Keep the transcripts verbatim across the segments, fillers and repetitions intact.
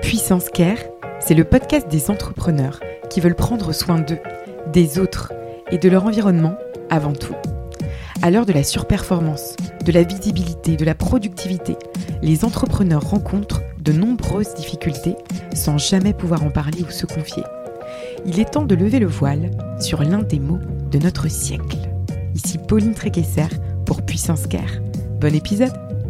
Puissance Care, c'est le podcast des entrepreneurs qui veulent prendre soin d'eux, des autres et de leur environnement avant tout. À l'heure de la surperformance, de la visibilité, de la productivité, les entrepreneurs rencontrent de nombreuses difficultés sans jamais pouvoir en parler ou se confier. Il est temps de lever le voile sur l'un des mots de notre siècle. Ici Pauline Tréquesser pour Puissance Care. Bon épisode!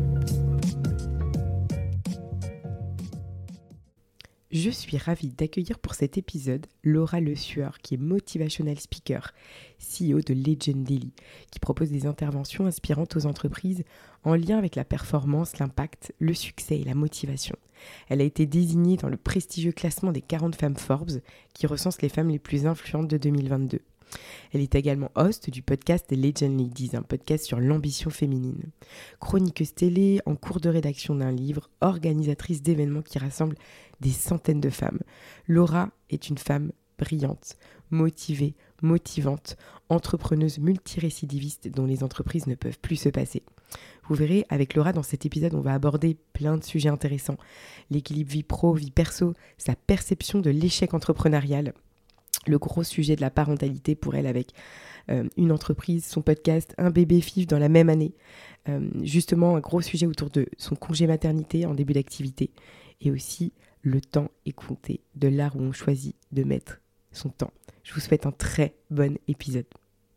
Je suis ravie d'accueillir pour cet épisode Laura Le Sueur, qui est motivational speaker, C E O de Legend Daily, qui propose des interventions inspirantes aux entreprises en lien avec la performance, l'impact, le succès et la motivation. Elle a été désignée dans le prestigieux classement des quarante femmes Forbes, qui recense les femmes les plus influentes de deux mille vingt-deux. Elle est également host du podcast Legend Ladies, un podcast sur l'ambition féminine. Chroniqueuse télé, en cours de rédaction d'un livre, organisatrice d'événements qui rassemblent des centaines de femmes. Laura est une femme brillante, motivée, motivante, entrepreneuse multirécidiviste dont les entreprises ne peuvent plus se passer. Vous verrez, avec Laura, dans cet épisode, on va aborder plein de sujets intéressants. L'équilibre vie pro, vie perso, sa perception de l'échec entrepreneurial, le gros sujet de la parentalité pour elle avec euh, une entreprise, son podcast, un bébé F I V dans la même année. Euh, justement, un gros sujet autour de son congé maternité en début d'activité. Et aussi, le temps est compté, de l'art où on choisit de mettre son temps. Je vous souhaite un très bon épisode.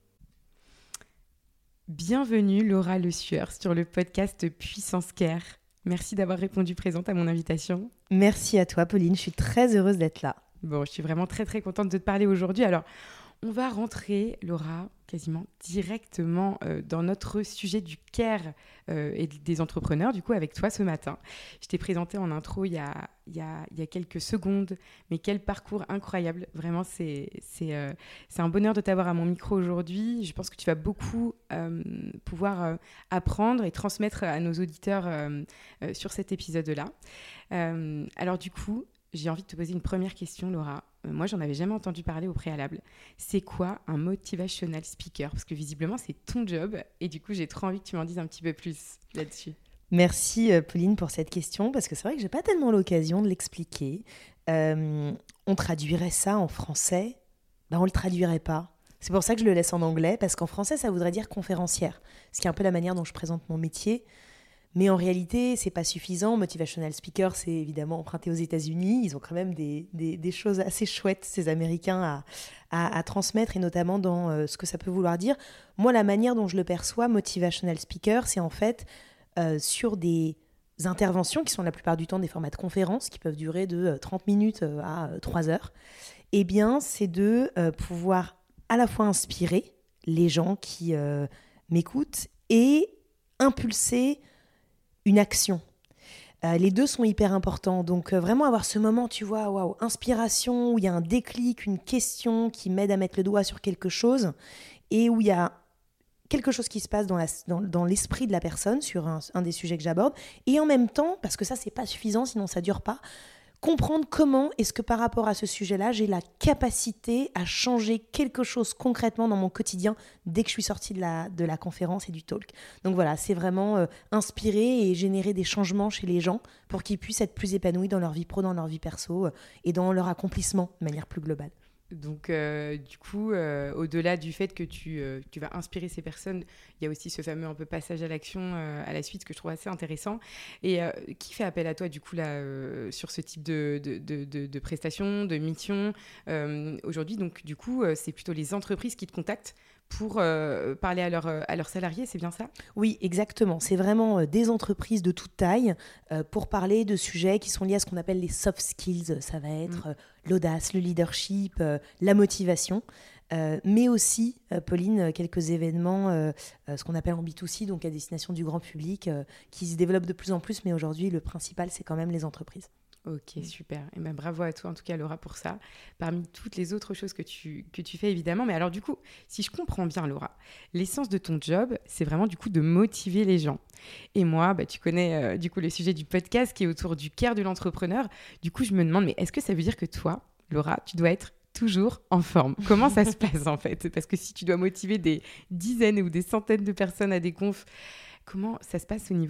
Bienvenue Laura Le Sueur sur le podcast Puissance Care. Merci d'avoir répondu présente à mon invitation. Merci à toi Pauline, je suis très heureuse d'être là. Bon, je suis vraiment très très contente de te parler aujourd'hui. Alors, on va rentrer, Laura, quasiment directement euh, dans notre sujet du care euh, et des entrepreneurs, du coup, avec toi ce matin. Je t'ai présenté en intro il y a, il y a, il y a quelques secondes, mais quel parcours incroyable. Vraiment, c'est, c'est, euh, c'est un bonheur de t'avoir à mon micro aujourd'hui. Je pense que tu vas beaucoup euh, pouvoir euh, apprendre et transmettre à nos auditeurs euh, euh, sur cet épisode-là. Euh, alors du coup, j'ai envie de te poser une première question, Laura. Euh, moi, j'en avais jamais entendu parler au préalable. C'est quoi un motivational speaker ? Parce que visiblement, c'est ton job. Et du coup, j'ai trop envie que tu m'en dises un petit peu plus là-dessus. Merci euh, Pauline pour cette question, parce que c'est vrai que j'ai pas tellement l'occasion de l'expliquer. Euh, on traduirait ça en français ? Ben, on le traduirait pas. C'est pour ça que je le laisse en anglais, parce qu'en français, ça voudrait dire conférencière. Ce qui est un peu la manière dont je présente mon métier. Mais en réalité, c'est pas suffisant. Motivational speaker, c'est évidemment emprunté aux États-Unis. Ils ont quand même des, des, des choses assez chouettes, ces Américains, à, à, à transmettre, et notamment dans euh, ce que ça peut vouloir dire. Moi, la manière dont je le perçois, motivational speaker, c'est en fait euh, sur des interventions qui sont la plupart du temps des formats de conférences, qui peuvent durer de trente minutes à trois heures. Eh bien, c'est de euh, pouvoir à la fois inspirer les gens qui euh, m'écoutent et impulser une action. Euh, les deux sont hyper importants. Donc, euh, vraiment avoir ce moment, tu vois, waouh, inspiration, où il y a un déclic, une question qui m'aide à mettre le doigt sur quelque chose et où il y a quelque chose qui se passe dans, la, dans, dans l'esprit de la personne sur un, un des sujets que j'aborde. Et en même temps, parce que ça, c'est pas suffisant, sinon ça dure pas, comprendre comment est-ce que par rapport à ce sujet-là, j'ai la capacité à changer quelque chose concrètement dans mon quotidien dès que je suis sortie de la, de la conférence et du talk. Donc voilà, c'est vraiment euh, inspirer et générer des changements chez les gens pour qu'ils puissent être plus épanouis dans leur vie pro, dans leur vie perso euh, et dans leur accomplissement de manière plus globale. Donc, euh, du coup, euh, au-delà du fait que tu, euh, tu vas inspirer ces personnes, il y a aussi ce fameux un peu passage à l'action euh, à la suite que je trouve assez intéressant. Et euh, qui fait appel à toi, du coup, là, euh, sur ce type de, de, de, de, de prestations, de missions euh, aujourd'hui? Donc, du coup, euh, c'est plutôt les entreprises qui te contactent pour euh, parler à, leur, à leurs salariés, c'est bien ça ? Oui, exactement. C'est vraiment euh, des entreprises de toute taille euh, pour parler de sujets qui sont liés à ce qu'on appelle les soft skills. Ça va être mmh. euh, l'audace, le leadership, euh, la motivation, euh, mais aussi, euh, Pauline, quelques événements, euh, euh, ce qu'on appelle en B deux C, donc à destination du grand public, euh, qui se développent de plus en plus, mais aujourd'hui, le principal, c'est quand même les entreprises. Ok, super. Et ben, bravo à toi, en tout cas, Laura, pour ça. Parmi toutes les autres choses que tu, que tu fais, évidemment. Mais alors, du coup, si je comprends bien, Laura, l'essence de ton job, c'est vraiment, du coup, de motiver les gens. Et moi, bah, tu connais, euh, du coup, le sujet du podcast qui est autour du care de l'entrepreneur. Du coup, je me demande, mais est-ce que ça veut dire que toi, Laura, tu dois être toujours en forme? Comment ça se passe, en fait? Parce que si tu dois motiver des dizaines ou des centaines de personnes à des confs, comment ça se passe au niveau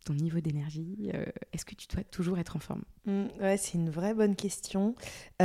ton niveau d'énergie euh, Est-ce que tu dois toujours être en forme? Mmh, ouais, c'est une vraie bonne question.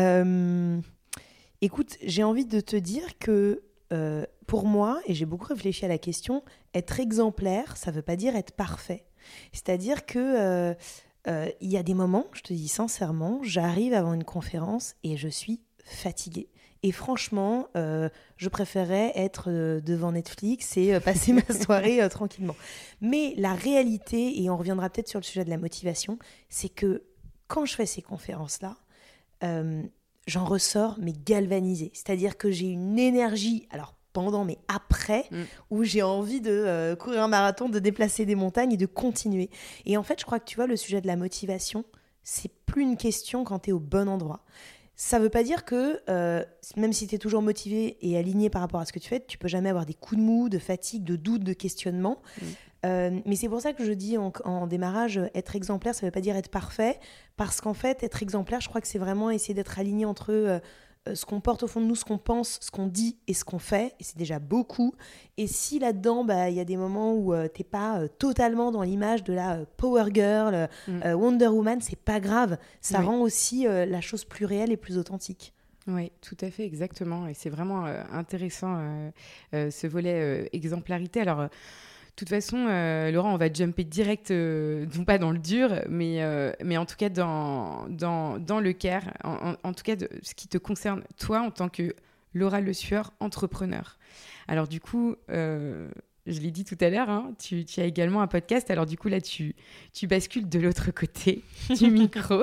Euh, écoute, j'ai envie de te dire que euh, pour moi, et j'ai beaucoup réfléchi à la question, être exemplaire, ça ne veut pas dire être parfait. C'est-à-dire que euh, euh, il y a des moments, je te dis sincèrement, j'arrive avant une conférence et je suis fatiguée. Et franchement, euh, je préférais être euh, devant Netflix et euh, passer ma soirée euh, tranquillement. Mais la réalité, et on reviendra peut-être sur le sujet de la motivation, c'est que quand je fais ces conférences-là, euh, j'en ressors mais galvanisée. C'est-à-dire que j'ai une énergie, alors pendant mais après, mm. où j'ai envie de euh, courir un marathon, de déplacer des montagnes et de continuer. Et en fait, je crois que tu vois, le sujet de la motivation, c'est plus une question quand tu es au bon endroit. Ça ne veut pas dire que, euh, même si tu es toujours motivé et aligné par rapport à ce que tu fais, tu peux jamais avoir des coups de mou, de fatigue, de doute, de questionnement. Mmh. Euh, mais c'est pour ça que je dis en, en démarrage, être exemplaire, ça ne veut pas dire être parfait, parce qu'en fait, être exemplaire, je crois que c'est vraiment essayer d'être aligné entre euh, ce qu'on porte au fond de nous, ce qu'on pense, ce qu'on dit et ce qu'on fait, et c'est déjà beaucoup. Et si là-dedans, bah, y a des moments où euh, tu n'es pas euh, totalement dans l'image de la euh, Power Girl, mmh. euh, Wonder Woman, c'est pas grave. Ça oui. rend aussi euh, la chose plus réelle et plus authentique. Oui, tout à fait, exactement. Et c'est vraiment euh, intéressant, euh, euh, ce volet euh, exemplarité. Alors, euh, de toute façon, euh, Laura, on va jumper direct, euh, non pas dans le dur, mais, euh, mais en tout cas dans, dans, dans le care, en, en, en tout cas de ce qui te concerne, toi, en tant que Laura Le Sueur, entrepreneur. Alors du coup, euh, je l'ai dit tout à l'heure, hein, tu, tu as également un podcast. Alors du coup, là, tu, tu bascules de l'autre côté du micro.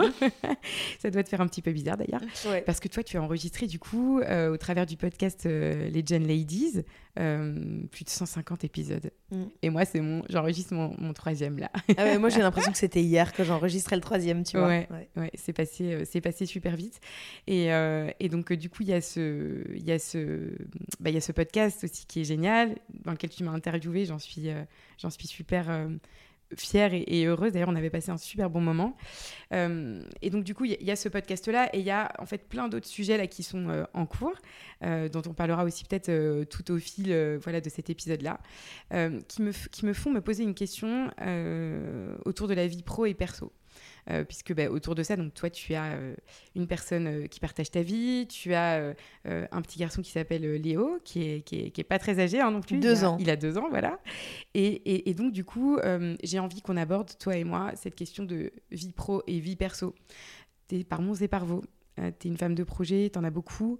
Ça doit te faire un petit peu bizarre d'ailleurs. Ouais. Parce que toi, tu as enregistré du coup, euh, au travers du podcast euh, Legend Ladies, euh, plus de cent cinquante épisodes. Mm. Et moi, c'est mon, j'enregistre mon, mon troisième là. Ah ouais, moi, j'ai l'impression que c'était hier que j'enregistrais le troisième, tu vois. Ouais, ouais. ouais c'est, passé, euh, c'est passé super vite. Et, euh, et donc, euh, du coup, il y a ce, il y a ce, bah, il y a ce podcast aussi qui est génial, dans lequel tu m'as interviewé. J'en suis, euh, j'en suis super... Euh, fière et, et heureuse. D'ailleurs, on avait passé un super bon moment. Euh, et donc, du coup, il y, y a ce podcast-là et il y a en fait plein d'autres sujets là qui sont euh, en cours, euh, dont on parlera aussi peut-être euh, tout au fil euh, voilà, de cet épisode-là, euh, qui, me f- qui me font me poser une question euh, autour de la vie pro et perso. Euh, puisque bah, autour de ça, donc toi, tu as euh, une personne euh, qui partage ta vie, tu as euh, euh, un petit garçon qui s'appelle euh, Léo, qui est, qui, est, qui est pas très âgé hein, non plus. Deux il a, ans. Il a deux ans, voilà. Et, et, et donc, du coup, euh, j'ai envie qu'on aborde, toi et moi, cette question de vie pro et vie perso. T'es par Mons et par Vaux. Euh, t'es une femme de projet, t'en as beaucoup.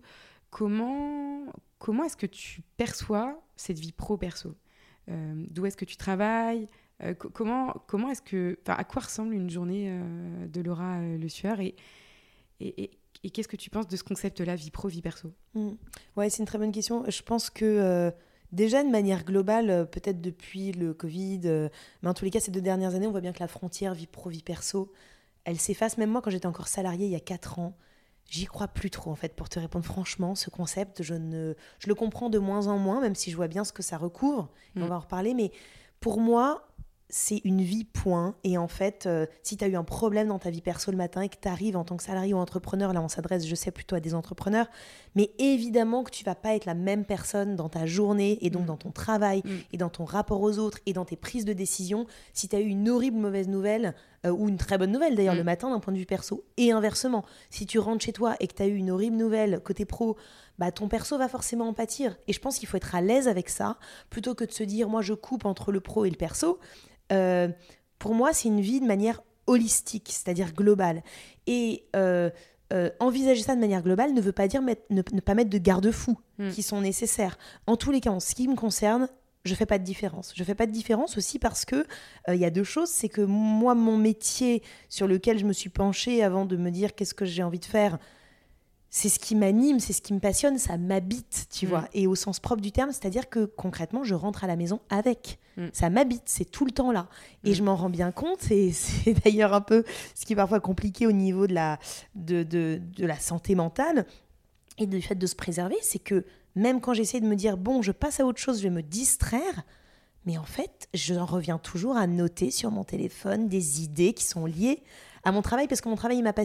Comment, comment est-ce que tu perçois cette vie pro-perso ? euh, D'où est-ce que tu travailles ? Euh, c- comment, comment est-ce que, à quoi ressemble une journée euh, de Laura euh, Le Sueur et, et, et, et qu'est-ce que tu penses de ce concept-là, vie pro, vie perso ? mmh. Ouais, c'est une très bonne question. Je pense que euh, déjà, de manière globale, euh, peut-être depuis le Covid, euh, mais en tous les cas, ces deux dernières années, on voit bien que la frontière vie pro, vie perso, elle s'efface. Même moi, quand j'étais encore salariée il y a quatre ans, j'y crois plus trop, en fait, pour te répondre franchement. Ce concept, je, ne, je le comprends de moins en moins, même si je vois bien ce que ça recouvre. Mmh. On va en reparler, mais pour moi... c'est une vie, point. Et en fait, euh, si tu as eu un problème dans ta vie perso le matin et que tu arrives en tant que salarié ou entrepreneur, là on s'adresse, je sais, plutôt à des entrepreneurs, mais évidemment que tu vas pas être la même personne dans ta journée et donc mmh. dans ton travail mmh. et dans ton rapport aux autres et dans tes prises de décision si tu as eu une horrible mauvaise nouvelle euh, ou une très bonne nouvelle d'ailleurs mmh. le matin d'un point de vue perso. Et inversement, si tu rentres chez toi et que tu as eu une horrible nouvelle côté pro, bah, ton perso va forcément en pâtir. Et je pense qu'il faut être à l'aise avec ça plutôt que de se dire moi je coupe entre le pro et le perso. Euh, pour moi, c'est une vie de manière holistique, c'est-à-dire globale. Et euh, euh, envisager ça de manière globale ne veut pas dire mettre, ne, ne pas mettre de garde-fous mmh. qui sont nécessaires. En tous les cas, en ce qui me concerne, je ne fais pas de différence. Je ne fais pas de différence aussi parce qu'il euh, y a deux choses. C'est que moi, mon métier sur lequel je me suis penchée avant de me dire qu'est-ce que j'ai envie de faire, c'est ce qui m'anime, c'est ce qui me passionne, ça m'habite, tu mmh. vois. Et au sens propre du terme, c'est-à-dire que concrètement, je rentre à la maison avec. Mmh. Ça m'habite, c'est tout le temps là. Et mmh. je m'en rends bien compte, et c'est d'ailleurs un peu ce qui est parfois compliqué au niveau de la, de, de, de la santé mentale et du fait de se préserver, c'est que même quand j'essaie de me dire, bon, je passe à autre chose, je vais me distraire, mais en fait, j'en reviens toujours à noter sur mon téléphone des idées qui sont liées à mon travail, parce que mon travail est ma passion.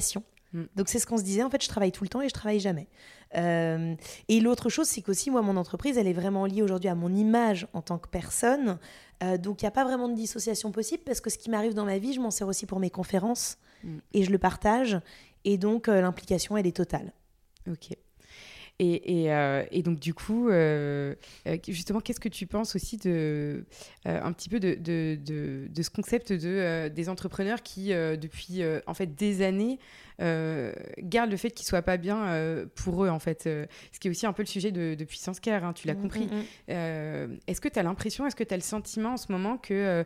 Mmh. Donc, c'est ce qu'on se disait. En fait, je travaille tout le temps et je travaille jamais. Euh, et l'autre chose, c'est qu'aussi, moi, mon entreprise, elle est vraiment liée aujourd'hui à mon image en tant que personne. Euh, donc, il n'y a pas vraiment de dissociation possible parce que ce qui m'arrive dans ma vie, je m'en sers aussi pour mes conférences mmh. et je le partage. Et donc, euh, l'implication, elle est totale. Ok. Et, et, euh, et donc, du coup, euh, justement, qu'est-ce que tu penses aussi de, euh, un petit peu de, de, de, de ce concept de, euh, des entrepreneurs qui, euh, depuis euh, en fait, des années, euh, gardent le fait qu'ils ne soient pas bien euh, pour eux, en fait. Euh, ce qui est aussi un peu le sujet de, de Puissance Care, hein, tu l'as mmh, compris. Mmh. Euh, est-ce que tu as l'impression, est-ce que tu as le sentiment en ce moment qu'on euh,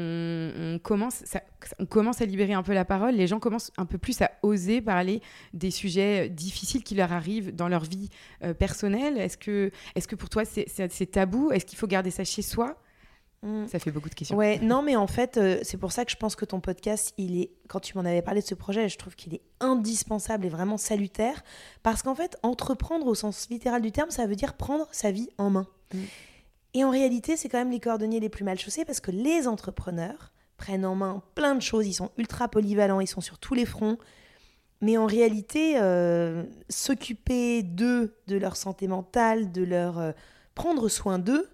on commence, ça, on commence à libérer un peu la parole, les gens commencent un peu plus à oser parler des sujets difficiles qui leur arrivent dans leur vie Euh, personnel? Est-ce que, est-ce que pour toi c'est, c'est, c'est tabou? Est-ce qu'il faut garder ça chez soi? mmh. Ça fait beaucoup de questions. Ouais, non, mais en fait, euh, c'est pour ça que je pense que ton podcast, il est, quand tu m'en avais parlé de ce projet, je trouve qu'il est indispensable et vraiment salutaire. Parce qu'en fait, entreprendre au sens littéral du terme, ça veut dire prendre sa vie en main. mmh. Et en réalité, c'est quand même les cordonniers les plus mal chaussés parce que les entrepreneurs prennent en main plein de choses. Ils sont ultra polyvalents, ils sont sur tous les fronts. Mais en réalité, euh, s'occuper d'eux, de leur santé mentale, de leur euh, prendre soin d'eux,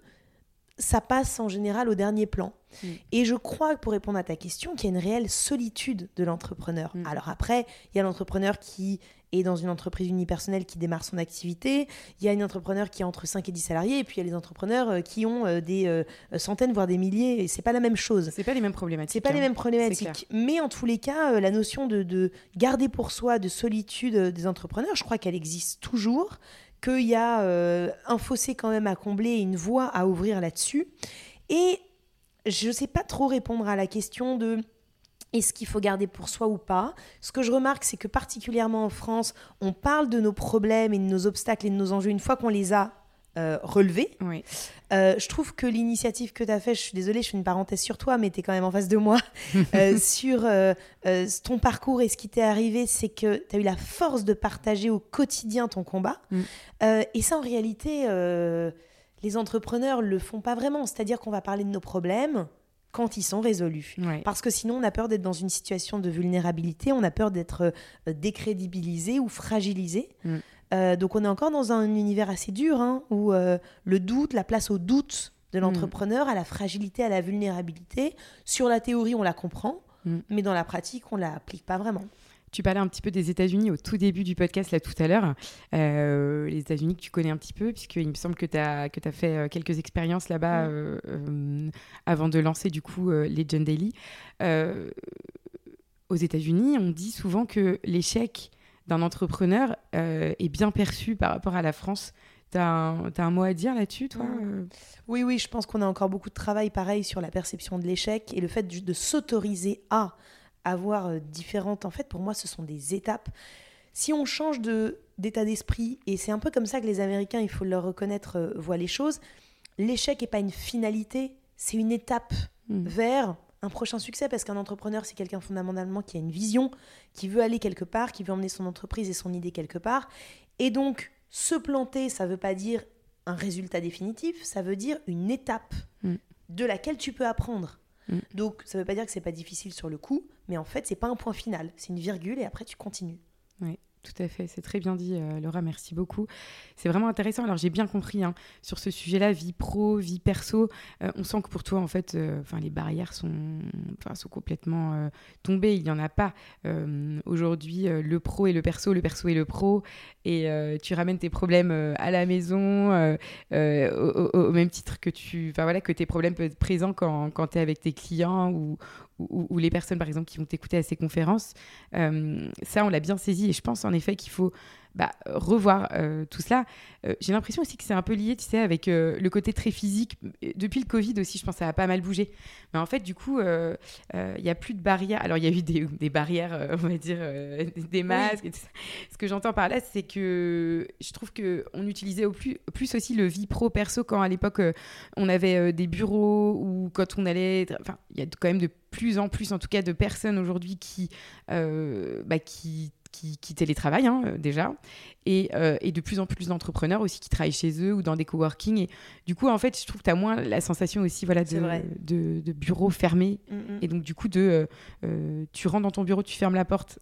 ça passe en général au dernier plan. Mmh. Et je crois, pour répondre à ta question, qu'il y a une réelle solitude de l'entrepreneur. Mmh. Alors après, il y a l'entrepreneur qui est dans une entreprise unipersonnelle qui démarre son activité. Il y a une entrepreneur qui a entre cinq et dix salariés. Et puis, il y a les entrepreneurs qui ont euh, des euh, centaines, voire des milliers. Et ce n'est pas la même chose. Ce n'est pas les mêmes problématiques. Ce n'est pas hein. les mêmes problématiques. Mais en tous les cas, euh, la notion de, de garder pour soi, de solitude euh, des entrepreneurs, je crois qu'elle existe toujours. Qu'il y a euh, un fossé quand même à combler et une voie à ouvrir là-dessus. Et je ne sais pas trop répondre à la question de est-ce qu'il faut garder pour soi ou pas. Ce que je remarque, c'est que particulièrement en France, on parle de nos problèmes et de nos obstacles et de nos enjeux une fois qu'on les a euh, relevés. Oui. Euh, je trouve que l'initiative que tu as faite, je suis désolée, je fais une parenthèse sur toi, mais tu es quand même en face de moi, euh, sur euh, euh, ton parcours et ce qui t'est arrivé, c'est que tu as eu la force de partager au quotidien ton combat. Mm. Euh, et ça, en réalité, euh, les entrepreneurs ne le font pas vraiment. C'est-à-dire qu'on va parler de nos problèmes quand ils sont résolus. Ouais. Parce que sinon, on a peur d'être dans une situation de vulnérabilité, on a peur d'être euh, décrédibilisé ou fragilisé. Mm. Euh, donc, on est encore dans un univers assez dur, hein, où euh, le doute, la place au doute de l'entrepreneur, mm. à la fragilité, à la vulnérabilité. Sur la théorie, on la comprend, mm. mais dans la pratique, on ne l'applique pas vraiment. Tu parlais un petit peu des États-Unis au tout début du podcast, là, tout à l'heure. Euh, les États-Unis que tu connais un petit peu, puisqu'il me semble que tu as que tu as fait quelques expériences là-bas mm. euh, euh, avant de lancer, du coup, euh, Legend Daily. Euh, aux États-Unis, on dit souvent que l'échec d'un entrepreneur euh, est bien perçu par rapport à la France. T'as un, t'as un mot à dire là-dessus, toi? mmh. Oui, oui, je pense qu'on a encore beaucoup de travail, pareil, sur la perception de l'échec et le fait de, de s'autoriser à avoir euh, différentes... En fait, pour moi, ce sont des étapes. Si on change de, d'état d'esprit, et c'est un peu comme ça que les Américains, il faut le reconnaître, euh, voient les choses, l'échec n'est pas une finalité, c'est une étape mmh. vers... un prochain succès, parce qu'un entrepreneur, c'est quelqu'un fondamentalement qui a une vision, qui veut aller quelque part, qui veut emmener son entreprise et son idée quelque part. Et donc, se planter, ça ne veut pas dire un résultat définitif, ça veut dire une étape mm. de laquelle tu peux apprendre. Mm. Donc, ça ne veut pas dire que ce n'est pas difficile sur le coup, mais en fait, ce n'est pas un point final, c'est une virgule et après, tu continues. Oui. Tout à fait, c'est très bien dit, euh, Laura, merci beaucoup. C'est vraiment intéressant. Alors, j'ai bien compris, hein, sur ce sujet-là, vie pro, vie perso, euh, on sent que pour toi, en fait, euh, les barrières sont, sont complètement euh, tombées. Il n'y en a pas. Euh, aujourd'hui, euh, le pro et le perso, le perso et le pro, et euh, tu ramènes tes problèmes euh, à la maison, euh, euh, au, au, au même titre que, tu, voilà, que tes problèmes peuvent être présents quand, quand tu es avec tes clients ou, ou, ou les personnes, par exemple, qui vont t'écouter à ces conférences. Euh, ça, on l'a bien saisi, et je pense en effet qu'il faut bah, revoir euh, tout cela. Euh, j'ai l'impression aussi que c'est un peu lié, tu sais, avec euh, le côté très physique. Depuis le Covid aussi, je pense que ça a pas mal bougé. Mais en fait, du coup, il euh, n'y euh, a plus de barrières. Alors, il y a eu des, des barrières, euh, on va dire, euh, des masques. Oui. Et tout ça. Ce que j'entends par là, c'est que je trouve qu'on utilisait au plus, plus aussi le vie pro-perso quand à l'époque, euh, on avait euh, des bureaux ou quand on allait... Enfin, il y a quand même de plus en plus, en tout cas, de personnes aujourd'hui qui... Euh, bah, qui Qui, qui télétravaillent hein, déjà, et, euh, et de plus en plus d'entrepreneurs aussi qui travaillent chez eux ou dans des coworking. Et du coup, en fait, je trouve que tu as moins la sensation aussi voilà, de, de, de bureau fermé. Mm-hmm. Et donc, du coup, de, euh, tu rentres dans ton bureau, tu fermes la porte,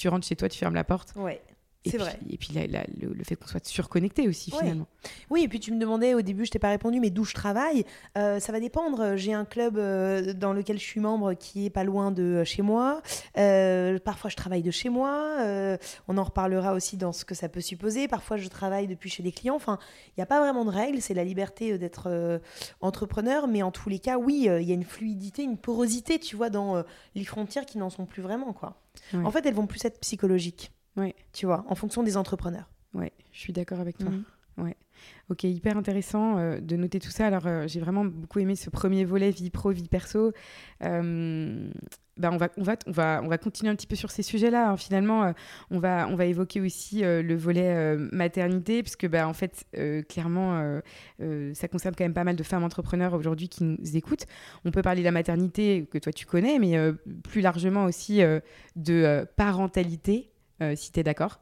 tu rentres chez toi, tu fermes la porte. Ouais. Et C'est puis, vrai. Et puis la, la, le, le fait qu'on soit surconnecté aussi, Ouais. finalement. Oui, et puis tu me demandais au début, je t'ai pas répondu, mais d'où je travaille, euh, ça va dépendre. J'ai un club euh, dans lequel je suis membre qui est pas loin de chez moi. Euh, parfois, je travaille de chez moi. Euh, on en reparlera aussi dans ce que ça peut supposer. Parfois, je travaille depuis chez des clients. Enfin, il n'y a pas vraiment de règles. C'est la liberté d'être euh, entrepreneur. Mais en tous les cas, oui, il euh, y a une fluidité, une porosité, tu vois, dans euh, les frontières qui n'en sont plus vraiment, quoi. Ouais. En fait, elles vont plus être psychologiques. Ouais. Tu vois, en fonction des entrepreneurs. Ouais, je suis d'accord avec toi. Mmh. Ouais. Ok, hyper intéressant euh, de noter tout ça. Alors, euh, j'ai vraiment beaucoup aimé ce premier volet vie pro, vie perso. Euh, bah, on va, on va, on va, on va continuer un petit peu sur ces sujets-là. Hein. Finalement, euh, on va, on va évoquer aussi euh, le volet euh, maternité, puisque bah, en fait, euh, clairement, euh, euh, ça concerne quand même pas mal de femmes entrepreneurs aujourd'hui qui nous écoutent. On peut parler de la maternité que toi tu connais, mais euh, plus largement aussi euh, de euh, parentalité, euh, si tu es d'accord.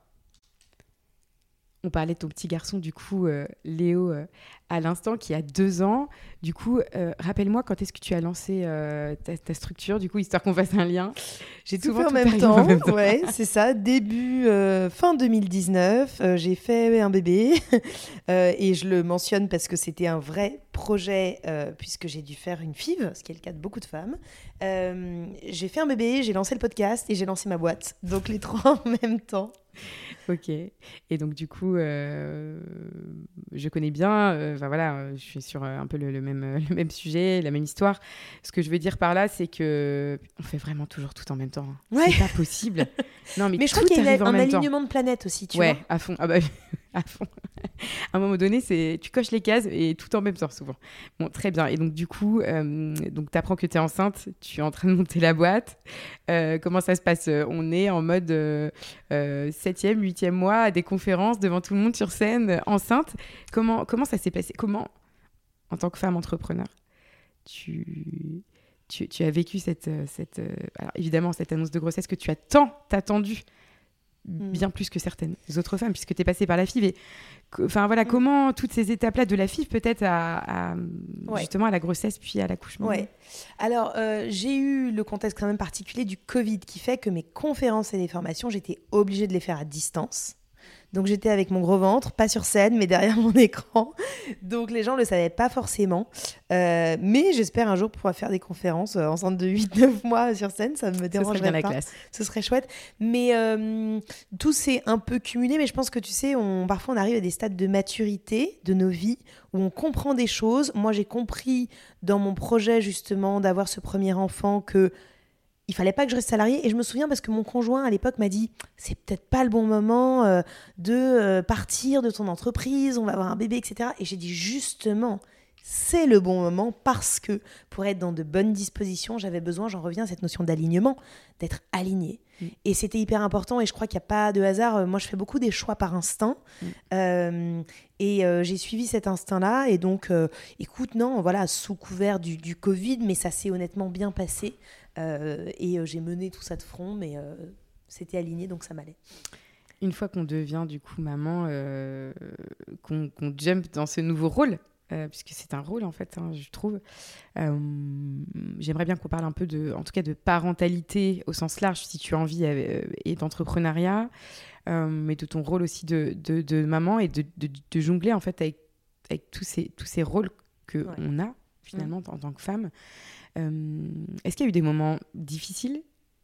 On parlait de ton petit garçon, du coup, euh, Léo, euh, à l'instant, qui a deux ans. Du coup, euh, rappelle-moi quand est-ce que tu as lancé euh, ta, ta structure, du coup, histoire qu'on fasse un lien. J'ai tout souvent fait en même, temps, en même temps. Ouais, c'est ça. Début, euh, fin deux mille dix-neuf, euh, j'ai fait un bébé. euh, et je le mentionne parce que c'était un vrai projet, euh, puisque j'ai dû faire une F I V, ce qui est le cas de beaucoup de femmes. Euh, j'ai fait un bébé, j'ai lancé le podcast et j'ai lancé ma boîte. Donc les trois en même temps. Ok. Et donc, du coup, euh, je connais bien, euh, enfin, voilà, euh, je suis sur euh, un peu le, le, même, le même sujet, la même histoire. Ce que je veux dire par là, c'est qu'on fait vraiment toujours tout en même temps. Hein. Ouais. C'est pas possible. Non, mais, Mais je tout crois qu'il y a arrive en un même temps. alignement de planètes aussi, tu ouais, vois. à fond. Ah bah, à fond. À un moment donné, c'est tu coches les cases et tout en même temps, souvent. Bon, très bien. Et donc, du coup, euh, donc, tu apprends que tu es enceinte, tu es en train de monter la boîte. Euh, comment ça se passe ? On est en mode euh, euh, septième, huitième mois, à des conférences, devant tout le monde, sur scène, euh, enceinte. Comment, comment ça s'est passé ? Comment, en tant que femme entrepreneur, tu, tu, tu as vécu cette, cette, alors, évidemment, cette annonce de grossesse que tu as tant attendu, bien mmh. plus que certaines autres femmes, puisque tu es passée par la F I V. Et, enfin, voilà, mmh. comment toutes ces étapes-là de la F I V, peut-être, à, à, ouais. justement, à la grossesse, puis à l'accouchement. Ouais. Alors, euh, j'ai eu le contexte quand même particulier du Covid, qui fait que mes conférences et les formations, j'étais obligée de les faire à distance. Donc, j'étais avec mon gros ventre, pas sur scène, mais derrière mon écran. Donc, les gens ne le savaient pas forcément. Euh, mais j'espère un jour pouvoir faire des conférences euh, enceinte de huit neuf mois sur scène. Ça ne me dérangerait Ce serait bien pas. la classe. Ce serait chouette. Mais euh, tout s'est un peu cumulé. Mais je pense que, tu sais, on, parfois, on arrive à des stades de maturité de nos vies où on comprend des choses. Moi, j'ai compris dans mon projet, justement, d'avoir ce premier enfant que il fallait pas que je reste salariée. Et je me souviens parce que mon conjoint, à l'époque, m'a dit « C'est peut-être pas le bon moment euh, de euh, partir de ton entreprise, on va avoir un bébé, et cetera » Et j'ai dit « Justement, c'est le bon moment parce que pour être dans de bonnes dispositions, j'avais besoin, j'en reviens à cette notion d'alignement, d'être alignée. Mmh. » Et c'était hyper important et je crois qu'il n'y a pas de hasard. Moi, je fais beaucoup des choix par instinct. Mmh. Euh, et euh, j'ai suivi cet instinct-là. Et donc, euh, écoute, non, voilà, sous couvert du, du Covid, mais ça s'est honnêtement bien passé. Euh, et euh, j'ai mené tout ça de front, mais euh, c'était aligné, donc ça m'allait. Une fois qu'on devient du coup maman, euh, qu'on, qu'on jump dans ce nouveau rôle, euh, puisque c'est un rôle en fait, hein, je trouve, euh, j'aimerais bien qu'on parle un peu de, en tout cas de parentalité au sens large, si tu as envie, euh, et d'entrepreneuriat, euh, mais de ton rôle aussi de, de, de maman et de, de, de jongler en fait avec, avec tous, ces, tous ces rôles qu'on ouais. a finalement mmh. en tant que femme. Euh, est-ce qu'il y a eu des moments difficiles ?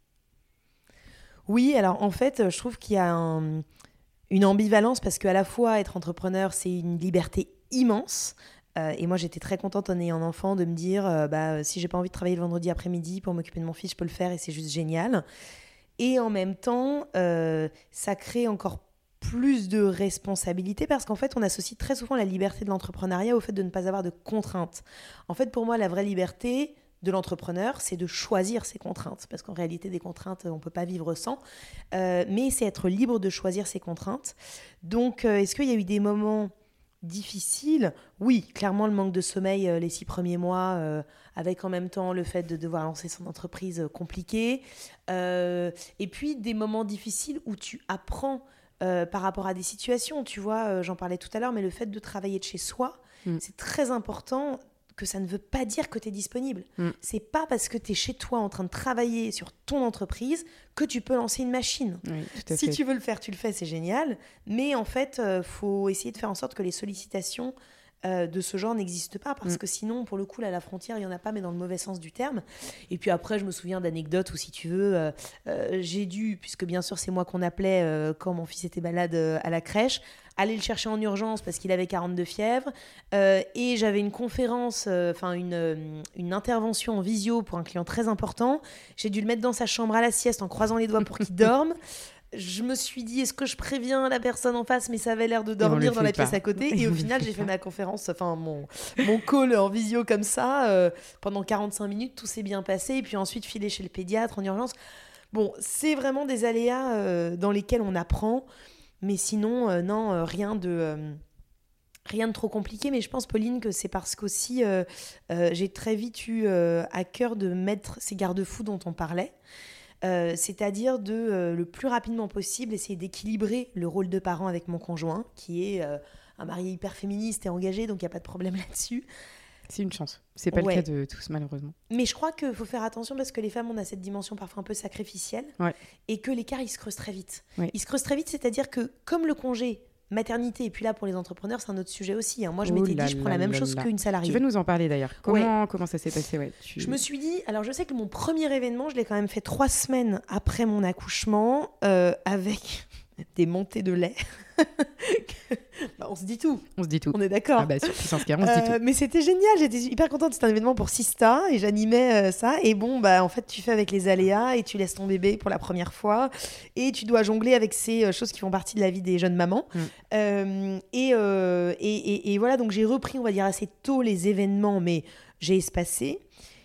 Oui, alors en fait, je trouve qu'il y a un, une ambivalence parce qu'à la fois, être entrepreneur, c'est une liberté immense. Euh, et moi, j'étais très contente en ayant un enfant de me dire euh, bah, si j'ai pas envie de travailler le vendredi après-midi pour m'occuper de mon fils, je peux le faire et c'est juste génial. Et en même temps, euh, ça crée encore plus de responsabilités parce qu'en fait, on associe très souvent la liberté de l'entrepreneuriat au fait de ne pas avoir de contraintes. En fait, pour moi, la vraie liberté de l'entrepreneur, c'est de choisir ses contraintes. Parce qu'en réalité, des contraintes, on ne peut pas vivre sans. Euh, mais c'est être libre de choisir ses contraintes. Donc, euh, est-ce qu'il y a eu des moments difficiles ? Oui, clairement, le manque de sommeil euh, les six premiers mois, euh, avec en même temps le fait de devoir lancer son entreprise euh, compliquée. Euh, et puis, des moments difficiles où tu apprends euh, par rapport à des situations. Tu vois, euh, j'en parlais tout à l'heure, mais le fait de travailler de chez soi, mmh. c'est très important que ça ne veut pas dire que tu es disponible. Mm. C'est pas parce que tu es chez toi en train de travailler sur ton entreprise que tu peux lancer une machine. Oui, tout à Si fait. tu veux le faire, tu le fais, c'est génial. Mais en fait, il euh, faut essayer de faire en sorte que les sollicitations euh, de ce genre n'existent pas, parce Mm. que sinon, pour le coup, là, à la frontière, il n'y en a pas, mais dans le mauvais sens du terme. Et puis après, je me souviens d'anecdotes où, si tu veux, euh, euh, j'ai dû, puisque bien sûr, c'est moi qu'on appelait euh, quand mon fils était malade euh, à la crèche, aller le chercher en urgence parce qu'il avait quarante-deux fièvres. Euh, et j'avais une conférence, enfin euh, une, euh, une intervention en visio pour un client très important. J'ai dû le mettre dans sa chambre à la sieste en croisant les doigts pour qu'il dorme. Je me suis dit, est-ce que je préviens la personne en face, mais ça avait l'air de dormir dans la pas. pièce à côté. Et au final, j'ai fait pas. ma conférence, enfin mon, mon call en visio comme ça, euh, pendant quarante-cinq minutes, tout s'est bien passé. Et puis ensuite, filer chez le pédiatre en urgence. Bon, c'est vraiment des aléas euh, dans lesquels on apprend. Mais sinon, euh, non, euh, rien de... Euh, Rien de trop compliqué, mais je pense, Pauline, que c'est parce qu'aussi euh, euh, j'ai très vite eu euh, à cœur de mettre ces garde-fous dont on parlait. Euh, c'est-à-dire de, euh, le plus rapidement possible, essayer d'équilibrer le rôle de parent avec mon conjoint, qui est euh, un mari hyper féministe et engagé, donc il n'y a pas de problème là-dessus. C'est une chance. C'est pas Ouais. le cas de tous, malheureusement. Mais je crois qu'il faut faire attention, parce que les femmes, on a cette dimension parfois un peu sacrificielle, Ouais. et que l'écart, il se creuse très vite. Ouais. Il se creuse très vite, c'est-à-dire que comme le congé maternité, et puis là pour les entrepreneurs c'est un autre sujet aussi, hein. Moi je Oh m'étais là dit je prends là la même là chose là. qu'une salariée. Tu veux nous en parler d'ailleurs? Comment, comment ça s'est passé? Ouais, tu... Je me suis dit, alors je sais que mon premier événement je l'ai quand même fait trois semaines après mon accouchement, euh, avec des montées de lait. Bah, on se dit tout, On se dit tout. on est d'accord. Ah bah sur Puissance Care, on se dit Euh, tout. mais c'était génial, j'étais hyper contente. C'était un événement pour Sista et j'animais euh, ça. Et bon, bah en fait, tu fais avec les aléas et tu laisses ton bébé pour la première fois et tu dois jongler avec ces euh, choses qui font partie de la vie des jeunes mamans. Mm. Euh, et, euh, et, et, et voilà, donc j'ai repris, on va dire, assez tôt les événements, mais j'ai espacé.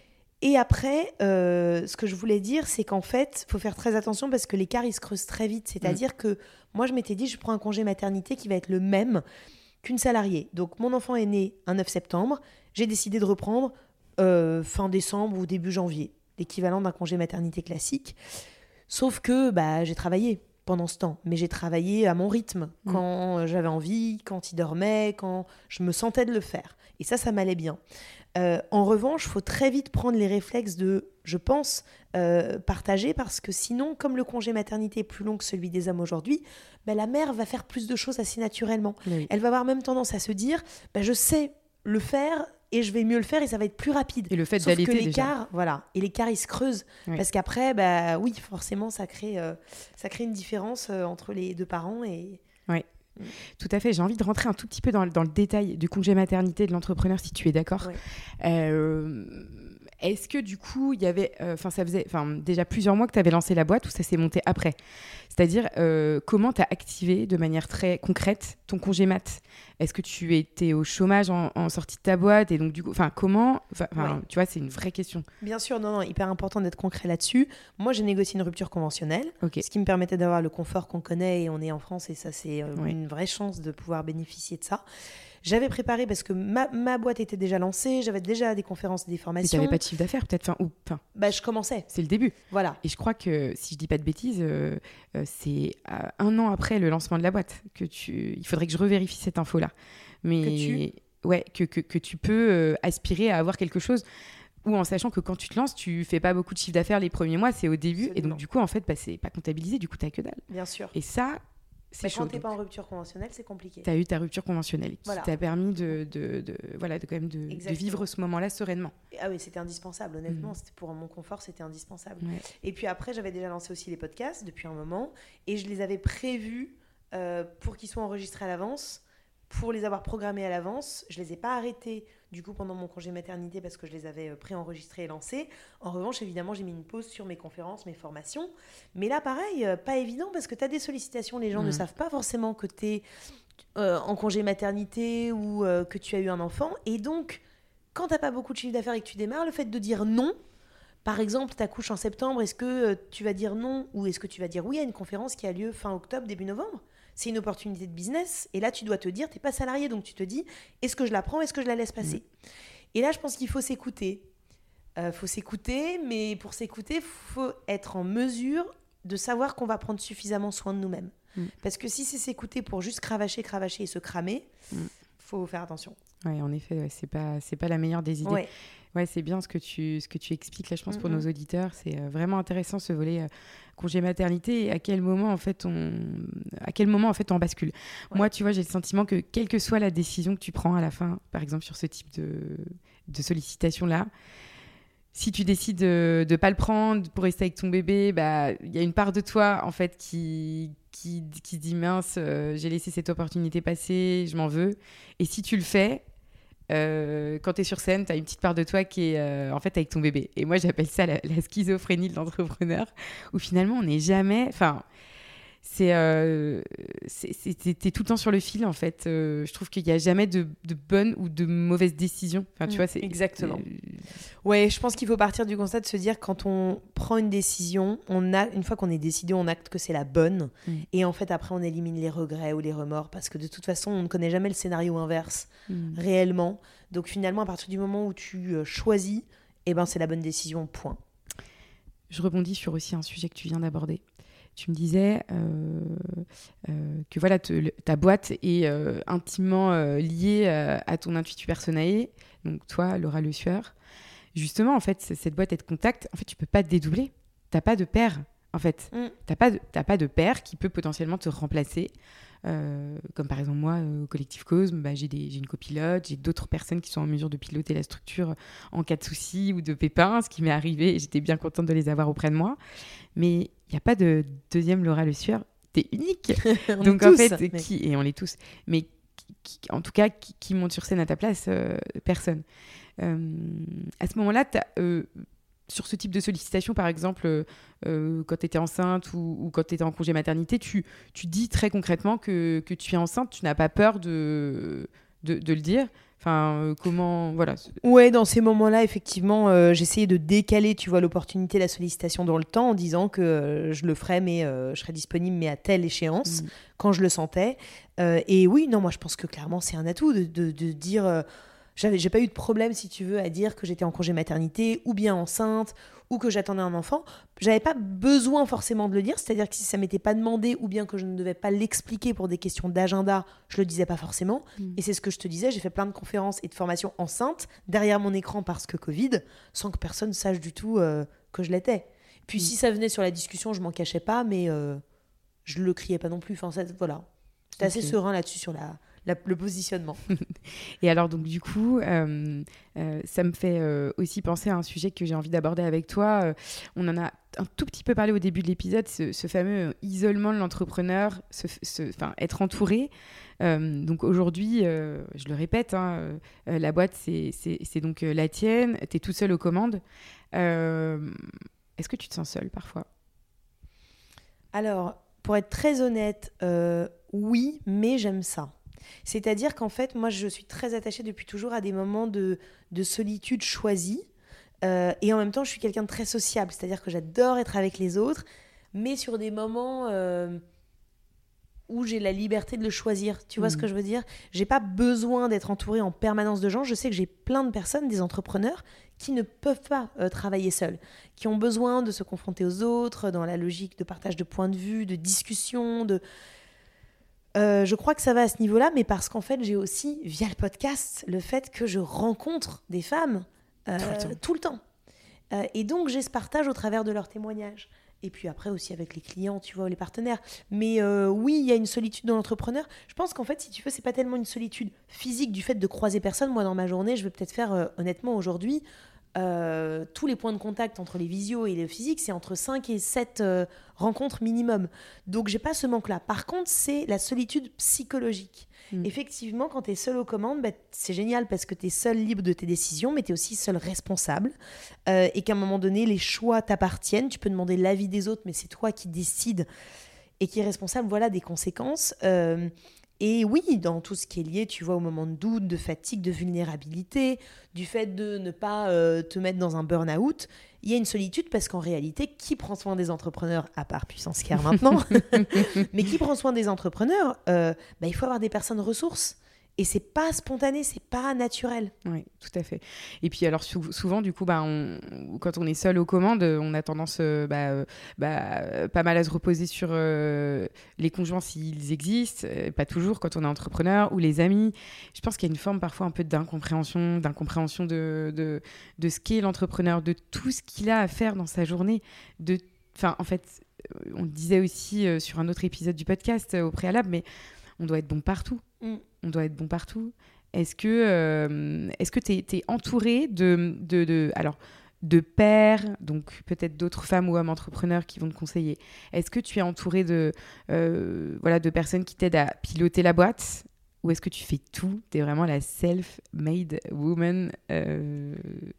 Et après, euh, ce que je voulais dire, c'est qu'en fait, il faut faire très attention parce que l'écart, il se creuse très vite. C'est-à-dire que moi, je m'étais dit, je prends un congé maternité qui va être le même qu'une salariée. Donc, mon enfant est né un neuf septembre. J'ai décidé de reprendre euh, fin décembre ou début janvier, l'équivalent d'un congé maternité classique. Sauf que bah, j'ai travaillé pendant ce temps, mais j'ai travaillé à mon rythme, Mmh. quand j'avais envie, quand il dormait, quand je me sentais de le faire. Et ça, ça m'allait bien. Euh, en revanche, il faut très vite prendre les réflexes de, je pense, euh, partager, parce que sinon, comme le congé maternité est plus long que celui des hommes aujourd'hui, bah, la mère va faire plus de choses assez naturellement. Oui. Elle va avoir même tendance à se dire, bah, je sais le faire et je vais mieux le faire et ça va être plus rapide. Et le fait Sauf d'allaiter que déjà. l'écart, voilà, et l'écart il se creuse, Oui. parce qu'après, bah oui, forcément, ça crée, euh, ça crée une différence euh, entre les deux parents et. Tout à fait. J'ai envie de rentrer un tout petit peu dans, le- dans le détail du congé maternité de l'entrepreneur, si tu es d'accord. Ouais. Euh, est-ce que du coup, il y avait, enfin, ça faisait, enfin, déjà plusieurs mois que tu avais lancé la boîte, ou ça s'est monté après? C'est-à-dire, euh, comment tu as activé de manière très concrète ton congé mat? Est-ce que tu étais au chômage en, en sortie de ta boîte, et donc du coup, enfin, comment, enfin, Ouais. tu vois, c'est une vraie question. Bien sûr, non, non, hyper important d'être concret là-dessus. Moi, j'ai négocié une rupture conventionnelle, Ok. ce qui me permettait d'avoir le confort qu'on connaît, et on est en France, et ça, c'est euh, Ouais. une vraie chance de pouvoir bénéficier de ça. J'avais préparé, parce que ma, ma boîte était déjà lancée, j'avais déjà des conférences et des Mais tu formations. n'avais pas de chiffre d'affaires, peut-être, enfin, ou, enfin, Bah, je commençais, c'est le début. voilà. Et je crois que, si je dis pas de bêtises, euh, euh, c'est euh, un an après le lancement de la boîte que tu. Il faudrait que je revérifie cette info-là. Mais Que tu- ouais, que, que, que tu peux euh, aspirer à avoir quelque chose, ou en sachant que quand tu te lances, tu fais pas beaucoup de chiffre d'affaires les premiers mois, c'est au début, et Absolument. donc du coup, en fait, bah, c'est pas comptabilisé, du coup, t'as que dalle. Bien sûr. Et ça, c'est Mais chaud. quand t'es pas en rupture conventionnelle, c'est compliqué. Tu as eu ta rupture conventionnelle qui Voilà. t'a permis de, de, de, voilà, de, quand même de, de Exactement. vivre ce moment-là sereinement. Ah oui, c'était indispensable, honnêtement. Mhm. C'était pour mon confort, c'était indispensable. Ouais. Et puis après, j'avais déjà lancé aussi les podcasts depuis un moment, et je les avais prévus euh, pour qu'ils soient enregistrés à l'avance, pour les avoir programmés à l'avance. Je les ai pas arrêtés du coup pendant mon congé maternité parce que je les avais euh, préenregistrés et lancés. En revanche, évidemment, j'ai mis une pause sur mes conférences, mes formations. Mais là, pareil, euh, pas évident parce que tu as des sollicitations, les gens Mhm. ne savent pas forcément que tu es euh, en congé maternité ou euh, que tu as eu un enfant. Et donc, quand tu n'as pas beaucoup de chiffre d'affaires et que tu démarres, le fait de dire non, par exemple, tu accouches en septembre, est-ce que euh, tu vas dire non ou est-ce que tu vas dire oui à une conférence qui a lieu fin octobre, début novembre? C'est une opportunité de business. Et là, tu dois te dire, tu n'es pas salarié, donc tu te dis, est-ce que je la prends, est-ce que je la laisse passer? Mmh. Et là, je pense qu'il faut s'écouter. Il euh, faut s'écouter, mais pour s'écouter, il faut être en mesure de savoir qu'on va prendre suffisamment soin de nous-mêmes. Mmh. Parce que si c'est s'écouter pour juste cravacher, cravacher et se cramer, mmh. faut faire attention. Ouais, en effet, ouais, c'est pas, c'est pas la meilleure des idées. Ouais. Ouais, c'est bien ce que tu, ce que tu expliques là, je pense, Mm-hmm. pour nos auditeurs. C'est euh, vraiment intéressant ce volet euh, congé maternité et à quel moment, en fait, on, à quel moment, en fait, on bascule. Ouais. Moi, tu vois, j'ai le sentiment que quelle que soit la décision que tu prends à la fin, par exemple, sur ce type de, de sollicitation-là, si tu décides de ne pas le prendre pour rester avec ton bébé, bah, y a une part de toi, en fait, qui, qui, qui dit « mince, euh, j'ai laissé cette opportunité passer, je m'en veux ». Et si tu le fais, Euh, quand tu es sur scène, tu as une petite part de toi qui est euh, en fait avec ton bébé. Et moi, j'appelle ça la, la schizophrénie de l'entrepreneur, où finalement, on n'est jamais... Enfin, c'est, euh, c'est, c'est, t'es tout le temps sur le fil, en fait. Euh, je trouve qu'il n'y a jamais de, de bonnes ou de mauvaises décisions. Enfin, tu mmh, vois, c'est... Exactement. Euh... Ouais, je pense qu'il faut partir du constat de se dire, quand on prend une décision, on a, une fois qu'on est décidé, on acte que c'est la bonne. Mmh. Et en fait, après, on élimine les regrets ou les remords, parce que de toute façon, on ne connaît jamais le scénario inverse, mmh. réellement. Donc finalement, à partir du moment où tu euh, choisis, eh ben, c'est la bonne décision, point. Je rebondis sur aussi un sujet que tu viens d'aborder. Tu me disais euh, euh, que voilà, te, le, ta boîte est euh, intimement euh, liée euh, à ton intuitu personae, donc toi, Laura Le Sueur. Justement, en fait, cette boîte est de contact, en fait, tu peux pas te dédoubler. T'as pas de père, en fait. Mm. T'as pas de, t'as pas de père qui peut potentiellement te remplacer. Euh, comme par exemple moi, euh, au collectif Cosme, bah, j'ai, des, j'ai une copilote, j'ai d'autres personnes qui sont en mesure de piloter la structure en cas de soucis ou de pépins, ce qui m'est arrivé et j'étais bien contente de les avoir auprès de moi. Mais il n'y a pas de deuxième Laura Le Sueur, t'es unique. Donc en tous, fait, mais... qui, et on l'est tous, mais qui, qui, en tout cas, qui, qui monte sur scène à ta place, euh, personne. Euh, à ce moment-là, t'as... Euh, sur ce type de sollicitation, par exemple, euh, quand tu étais enceinte ou, ou quand tu étais en congé maternité, tu, tu dis très concrètement que, que tu es enceinte, tu n'as pas peur de, de, de le dire. Enfin, euh, comment... Voilà. Ouais, dans ces moments-là, effectivement, euh, j'essayais de décaler, tu vois, l'opportunité, la sollicitation dans le temps en disant que euh, je le ferais, mais euh, je serais disponible, mais à telle échéence, mmh. quand je le sentais. Euh, et oui, non, moi, je pense que clairement, c'est un atout de, de, de dire... Euh, J'avais, j'ai pas eu de problème, si tu veux, à dire que j'étais en congé maternité ou bien enceinte ou que j'attendais un enfant. J'avais pas besoin forcément de le dire, c'est-à-dire que si ça m'était pas demandé ou bien que je ne devais pas l'expliquer pour des questions d'agenda, je le disais pas forcément. Mmh. Et c'est ce que je te disais, j'ai fait plein de conférences et de formations enceintes derrière mon écran parce que Covid, sans que personne sache du tout euh, que je l'étais. Puis mmh. si ça venait sur la discussion, je m'en cachais pas, mais euh, je le criais pas non plus. Enfin, ça, voilà. J'étais okay. assez serein là-dessus sur la... La, le positionnement. Et alors, donc, du coup, euh, euh, ça me fait euh, aussi penser à un sujet que j'ai envie d'aborder avec toi. Euh, on en a un tout petit peu parlé au début de l'épisode, ce, ce fameux isolement de l'entrepreneur, ce, ce, être entouré. Euh, donc, aujourd'hui, euh, je le répète, hein, euh, la boîte, c'est, c'est, c'est donc euh, la tienne. Tu es tout seul aux commandes. Euh, est-ce que tu te sens seule parfois ? Alors, pour être très honnête, euh, oui, mais j'aime ça. C'est-à-dire qu'en fait, moi, je suis très attachée depuis toujours à des moments de, de solitude choisie. Euh, et en même temps, je suis quelqu'un de très sociable. C'est-à-dire que j'adore être avec les autres, mais sur des moments euh, où j'ai la liberté de le choisir. Tu vois mmh. ce que je veux dire ? J'ai pas besoin d'être entourée en permanence de gens. Je sais que j'ai plein de personnes, des entrepreneurs, qui ne peuvent pas euh, travailler seuls, qui ont besoin de se confronter aux autres dans la logique de partage de points de vue, de discussion, de... Euh, je crois que ça va à ce niveau-là, mais parce qu'en fait, j'ai aussi, via le podcast, le fait que je rencontre des femmes euh, tout le temps. Tout le temps. Euh, et donc, j'ai ce partage au travers de leurs témoignages. Et puis après aussi avec les clients, tu vois, les partenaires. Mais euh, oui, il y a une solitude dans l'entrepreneur. Je pense qu'en fait, si tu veux, c'est pas tellement une solitude physique du fait de croiser personne. Moi, dans ma journée, je vais peut-être faire, euh, honnêtement, aujourd'hui, Euh, tous les points de contact entre les visios et le physique, c'est entre cinq et sept euh, rencontres minimum. Donc, j'ai pas ce manque-là. Par contre, c'est la solitude psychologique. Mmh. Effectivement, quand tu es seul aux commandes, bah, c'est génial parce que tu es seul libre de tes décisions, mais tu es aussi seul responsable. Euh, et qu'à un moment donné, les choix t'appartiennent. Tu peux demander l'avis des autres, mais c'est toi qui décides et qui est responsable, voilà, des conséquences. Euh, Et oui, dans tout ce qui est lié, tu vois, au moment de doute, de fatigue, de vulnérabilité, du fait de ne pas euh, te mettre dans un burn-out, il y a une solitude parce qu'en réalité, qui prend soin des entrepreneurs, à part Puissance Care maintenant, mais qui prend soin des entrepreneurs, euh, bah, il faut avoir des personnes ressources. Et c'est pas spontané, c'est pas naturel. Oui, tout à fait. Et puis alors sou- souvent, du coup, bah, on, quand on est seul aux commandes, on a tendance euh, bah, euh, bah, pas mal à se reposer sur euh, les conjoints s'ils existent, euh, pas toujours quand on est entrepreneur, ou les amis. Je pense qu'il y a une forme parfois un peu d'incompréhension, d'incompréhension de, de, de ce qu'est l'entrepreneur, de tout ce qu'il a à faire dans sa journée. De, enfin, en fait, on le disait aussi euh, sur un autre épisode du podcast euh, au préalable, mais on doit être bon partout. Mm. On doit être bon partout. Est-ce que euh, est-ce que tu es entouré de, de, de, alors, de pairs, donc peut-être d'autres femmes ou hommes entrepreneurs qui vont te conseiller? Est-ce que tu es entouré de, euh, voilà, de personnes qui t'aident à piloter la boîte? Ou est-ce que tu fais tout? Tu es vraiment la self-made woman euh...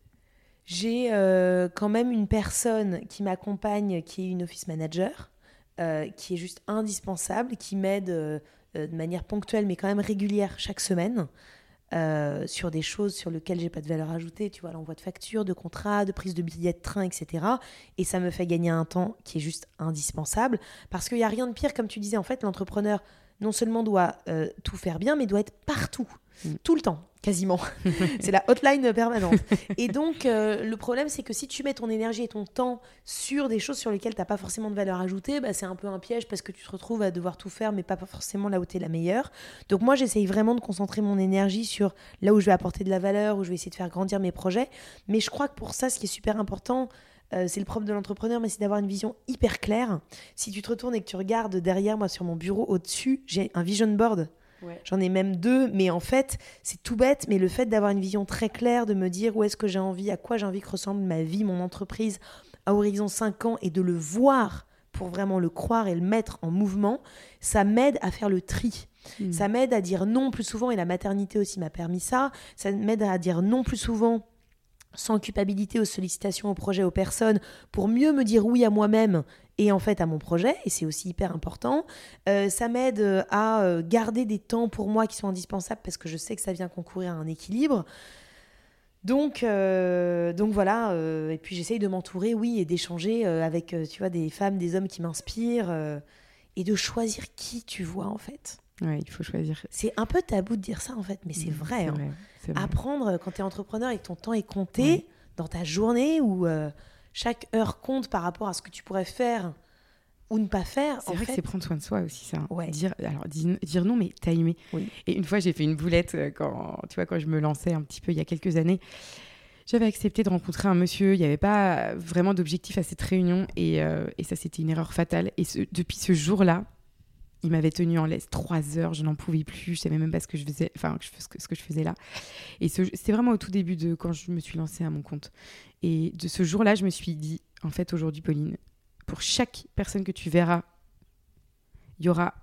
J'ai euh, quand même une personne qui m'accompagne, qui est une office manager, euh, qui est juste indispensable, qui m'aide... Euh, de manière ponctuelle mais quand même régulière chaque semaine euh, sur des choses sur lesquelles j'ai pas de valeur ajoutée, tu vois, l'envoi de factures, de contrats, de prise de billets de train, et cetera. Et ça me fait gagner un temps qui est juste indispensable parce qu'il n'y a rien de pire, comme tu disais, en fait, l'entrepreneur non seulement doit euh, tout faire bien, mais doit être partout, mmh. tout le temps, quasiment. C'est la hotline permanente. Et donc, euh, le problème, c'est que si tu mets ton énergie et ton temps sur des choses sur lesquelles tu n'as pas forcément de valeur ajoutée, bah, c'est un peu un piège parce que tu te retrouves à devoir tout faire, mais pas forcément là où tu es la meilleure. Donc moi, j'essaye vraiment de concentrer mon énergie sur là où je vais apporter de la valeur, où je vais essayer de faire grandir mes projets. Mais je crois que pour ça, ce qui est super important, Euh, c'est le propre de l'entrepreneur, mais c'est d'avoir une vision hyper claire. Si tu te retournes et que tu regardes derrière moi sur mon bureau au-dessus, j'ai un vision board. Ouais. J'en ai même deux, mais en fait, c'est tout bête, mais le fait d'avoir une vision très claire, de me dire où est-ce que j'ai envie, à quoi j'ai envie que ressemble ma vie, mon entreprise, à horizon cinq ans, et de le voir pour vraiment le croire et le mettre en mouvement, ça m'aide à faire le tri. Mmh. Ça m'aide à dire non plus souvent, et la maternité aussi m'a permis ça, ça m'aide à dire non plus souvent, sans culpabilité aux sollicitations, aux projets, aux personnes, pour mieux me dire oui à moi-même et en fait à mon projet, et c'est aussi hyper important. Euh, ça m'aide à garder des temps pour moi qui sont indispensables parce que je sais que ça vient concourir à un équilibre. Donc, euh, donc voilà, euh, et puis j'essaye de m'entourer, oui, et d'échanger euh, avec tu vois, des femmes, des hommes qui m'inspirent, euh, et de choisir qui tu vois en fait. Ouais, il faut choisir. C'est un peu tabou de dire ça en fait, mais c'est mmh, vrai. C'est hein. vrai, c'est vrai. Apprendre quand tu es entrepreneur et que ton temps est compté ouais. dans ta journée où euh, chaque heure compte par rapport à ce que tu pourrais faire ou ne pas faire. C'est en vrai fait... que c'est prendre soin de soi aussi, ça. Ouais. Dire, alors, dire, dire non, mais timer. Oui. Et une fois, j'ai fait une boulette quand, tu vois, quand je me lançais un petit peu il y a quelques années. J'avais accepté de rencontrer un monsieur. Il n'y avait pas vraiment d'objectif à cette réunion. Et, euh, et ça, c'était une erreur fatale. Et ce, depuis ce jour-là, il m'avait tenu en laisse trois heures, je n'en pouvais plus, je ne savais même pas ce que je faisais, enfin, ce que, ce que je faisais là. Et ce, c'était vraiment au tout début de quand je me suis lancée à mon compte. Et de ce jour-là, je me suis dit, en fait, aujourd'hui, Pauline, pour chaque personne que tu verras, il y aura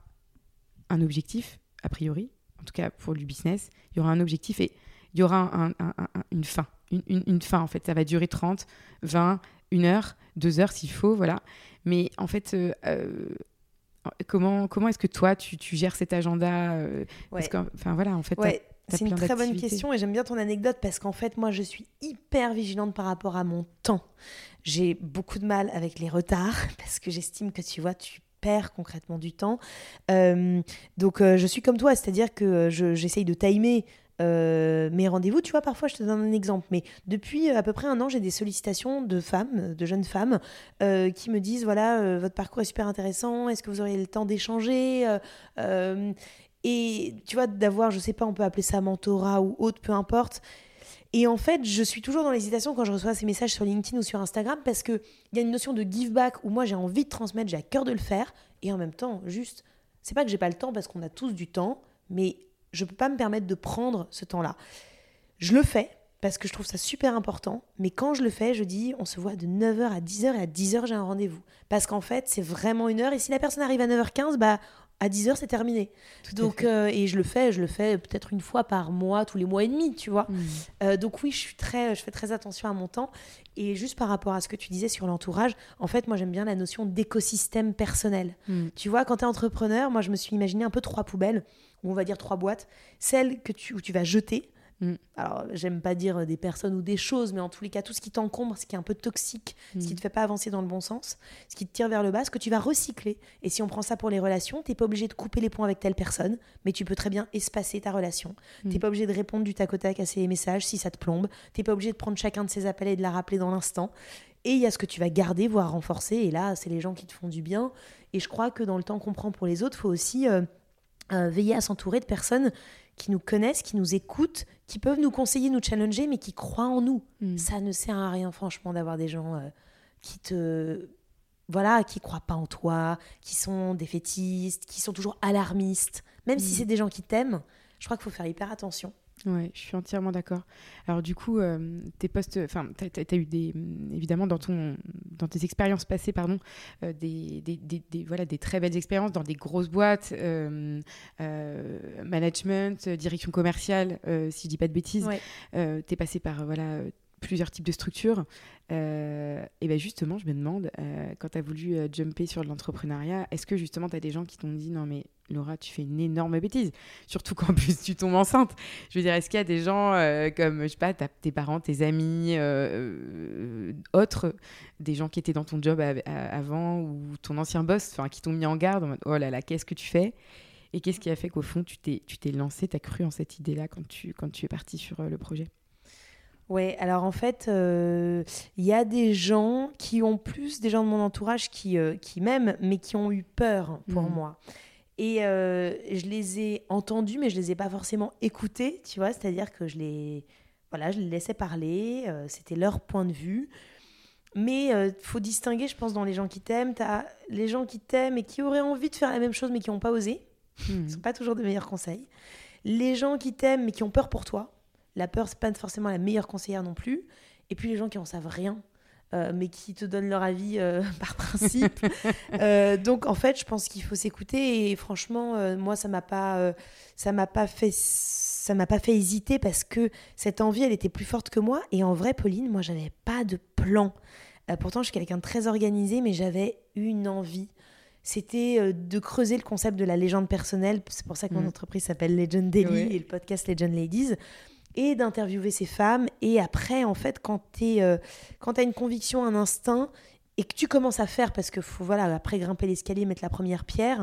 un objectif, a priori, en tout cas pour du business, il y aura un objectif et il y aura un, un, un, une fin. Une, une, une fin, en fait. Ça va durer trente, vingt, une heure, deux heures s'il faut, voilà. Mais en fait... Euh, euh, Comment, comment est-ce que toi, tu, tu gères cet agenda euh, ouais. Parce que, enfin, voilà, en fait, ouais, t'as, t'as c'est une très bonne d'activités. question et j'aime bien ton anecdote parce qu'en fait, moi, je suis hyper vigilante par rapport à mon temps. J'ai beaucoup de mal avec les retards parce que j'estime que, tu vois, tu perds concrètement du temps. Euh, donc, euh, je suis comme toi, c'est-à-dire que je, j'essaye de timer Euh, mes rendez-vous, tu vois, parfois je te donne un exemple, mais depuis à peu près un an, j'ai des sollicitations de femmes, de jeunes femmes, euh, qui me disent, voilà, euh, votre parcours est super intéressant, est-ce que vous auriez le temps d'échanger euh, euh, et tu vois, d'avoir, je sais pas, on peut appeler ça mentorat ou autre, peu importe. Et en fait, je suis toujours dans l'hésitation quand je reçois ces messages sur LinkedIn ou sur Instagram parce qu'il y a une notion de give back où moi j'ai envie de transmettre, j'ai à cœur de le faire, et en même temps, juste, c'est pas que j'ai pas le temps parce qu'on a tous du temps, mais je ne peux pas me permettre de prendre ce temps-là. Je le fais parce que je trouve ça super important, mais quand je le fais, je dis on se voit de neuf heures à dix heures et à dix heures, j'ai un rendez-vous. Parce qu'en fait, c'est vraiment une heure et si la personne arrive à neuf heures quinze, bah, à dix heures, c'est terminé. Tout donc, euh, et je le fais, je le fais peut-être une fois par mois, tous les mois et demi, tu vois. Mmh. Euh, donc oui, je, suis très, je fais très attention à mon temps. Et juste par rapport à ce que tu disais sur l'entourage, en fait, moi, j'aime bien la notion d'écosystème personnel. Mmh. Tu vois, quand tu es entrepreneur, moi, je me suis imaginé un peu trois poubelles, ou on va dire trois boîtes. Celle que tu, où tu vas jeter, Mm. Alors, j'aime pas dire des personnes ou des choses, mais en tous les cas, tout ce qui t'encombre, ce qui est un peu toxique, mm. ce qui te fait pas avancer dans le bon sens, ce qui te tire vers le bas, ce que tu vas recycler. Et si on prend ça pour les relations, t'es pas obligé de couper les ponts avec telle personne, mais tu peux très bien espacer ta relation. Mm. T'es pas obligé de répondre du tac au tac à ses messages si ça te plombe. T'es pas obligé de prendre chacun de ses appels et de la rappeler dans l'instant. Et il y a ce que tu vas garder, voire renforcer. Et là, c'est les gens qui te font du bien. Et je crois que dans le temps qu'on prend pour les autres, il faut aussi euh, euh, veiller à s'entourer de personnes qui nous connaissent, qui nous écoutent, qui peuvent nous conseiller, nous challenger, mais qui croient en nous. Mm. Ça ne sert à rien, franchement, d'avoir des gens euh, qui te... Voilà, qui croient pas en toi, qui sont défaitistes, qui sont toujours alarmistes. Même mm. si c'est des gens qui t'aiment, je crois qu'il faut faire hyper attention. Ouais, je suis entièrement d'accord. Alors du coup, euh, tes postes, enfin, t'as, t'as, t'as eu des, évidemment dans ton, dans tes expériences passées, pardon, euh, des, des, des, des, voilà, des très belles expériences dans des grosses boîtes, euh, euh, management, direction commerciale, euh, si je dis pas de bêtises. Ouais. Euh, t'es passé par voilà plusieurs types de structures. Euh, et ben justement, je me demande, euh, quand tu as voulu euh, jumper sur l'entrepreneuriat, est-ce que justement tu as des gens qui t'ont dit non mais Laura, tu fais une énorme bêtise, surtout qu'en plus tu tombes enceinte. Je veux dire, est-ce qu'il y a des gens euh, comme, je sais pas, tes parents, tes amis, euh, euh, autres, des gens qui étaient dans ton job à, à, avant ou ton ancien boss, enfin qui t'ont mis en garde en mode oh là là, qu'est-ce que tu fais ? Et qu'est-ce qui a fait qu'au fond tu t'es, tu t'es lancé, tu as cru en cette idée-là quand tu, quand tu es partie sur euh, le projet ? Ouais, alors en fait, il euh, y a des gens qui ont plus, des gens de mon entourage qui, euh, qui m'aiment, mais qui ont eu peur pour mmh. moi. Et euh, je les ai entendus, mais je les ai pas forcément écoutés, tu vois, c'est-à-dire que je les, voilà, je les laissais parler, euh, c'était leur point de vue. Mais il euh, faut distinguer, je pense, dans les gens qui t'aiment, t'as les gens qui t'aiment et qui auraient envie de faire la même chose, mais qui n'ont pas osé. Mmh. Ils ne sont pas toujours de meilleurs conseils. Les gens qui t'aiment, mais qui ont peur pour toi. La peur, c'est pas forcément la meilleure conseillère non plus. Et puis les gens qui en savent rien, euh, mais qui te donnent leur avis euh, par principe. euh, donc en fait, je pense qu'il faut s'écouter. Et franchement, euh, moi, ça m'a pas, euh, ça m'a pas fait, ça m'a pas fait hésiter parce que cette envie, elle était plus forte que moi. Et en vrai, Pauline, moi, j'avais pas de plan. Euh, pourtant, je suis quelqu'un de très organisé, mais j'avais une envie. C'était euh, de creuser le concept de la légende personnelle. C'est pour ça que mon mmh. entreprise s'appelle Legend Daily oui. et le podcast Legend Ladies. Et d'interviewer ces femmes. Et après, en fait, quand tu euh, as une conviction, un instinct, et que tu commences à faire, parce que faut, voilà, après grimper l'escalier, mettre la première pierre,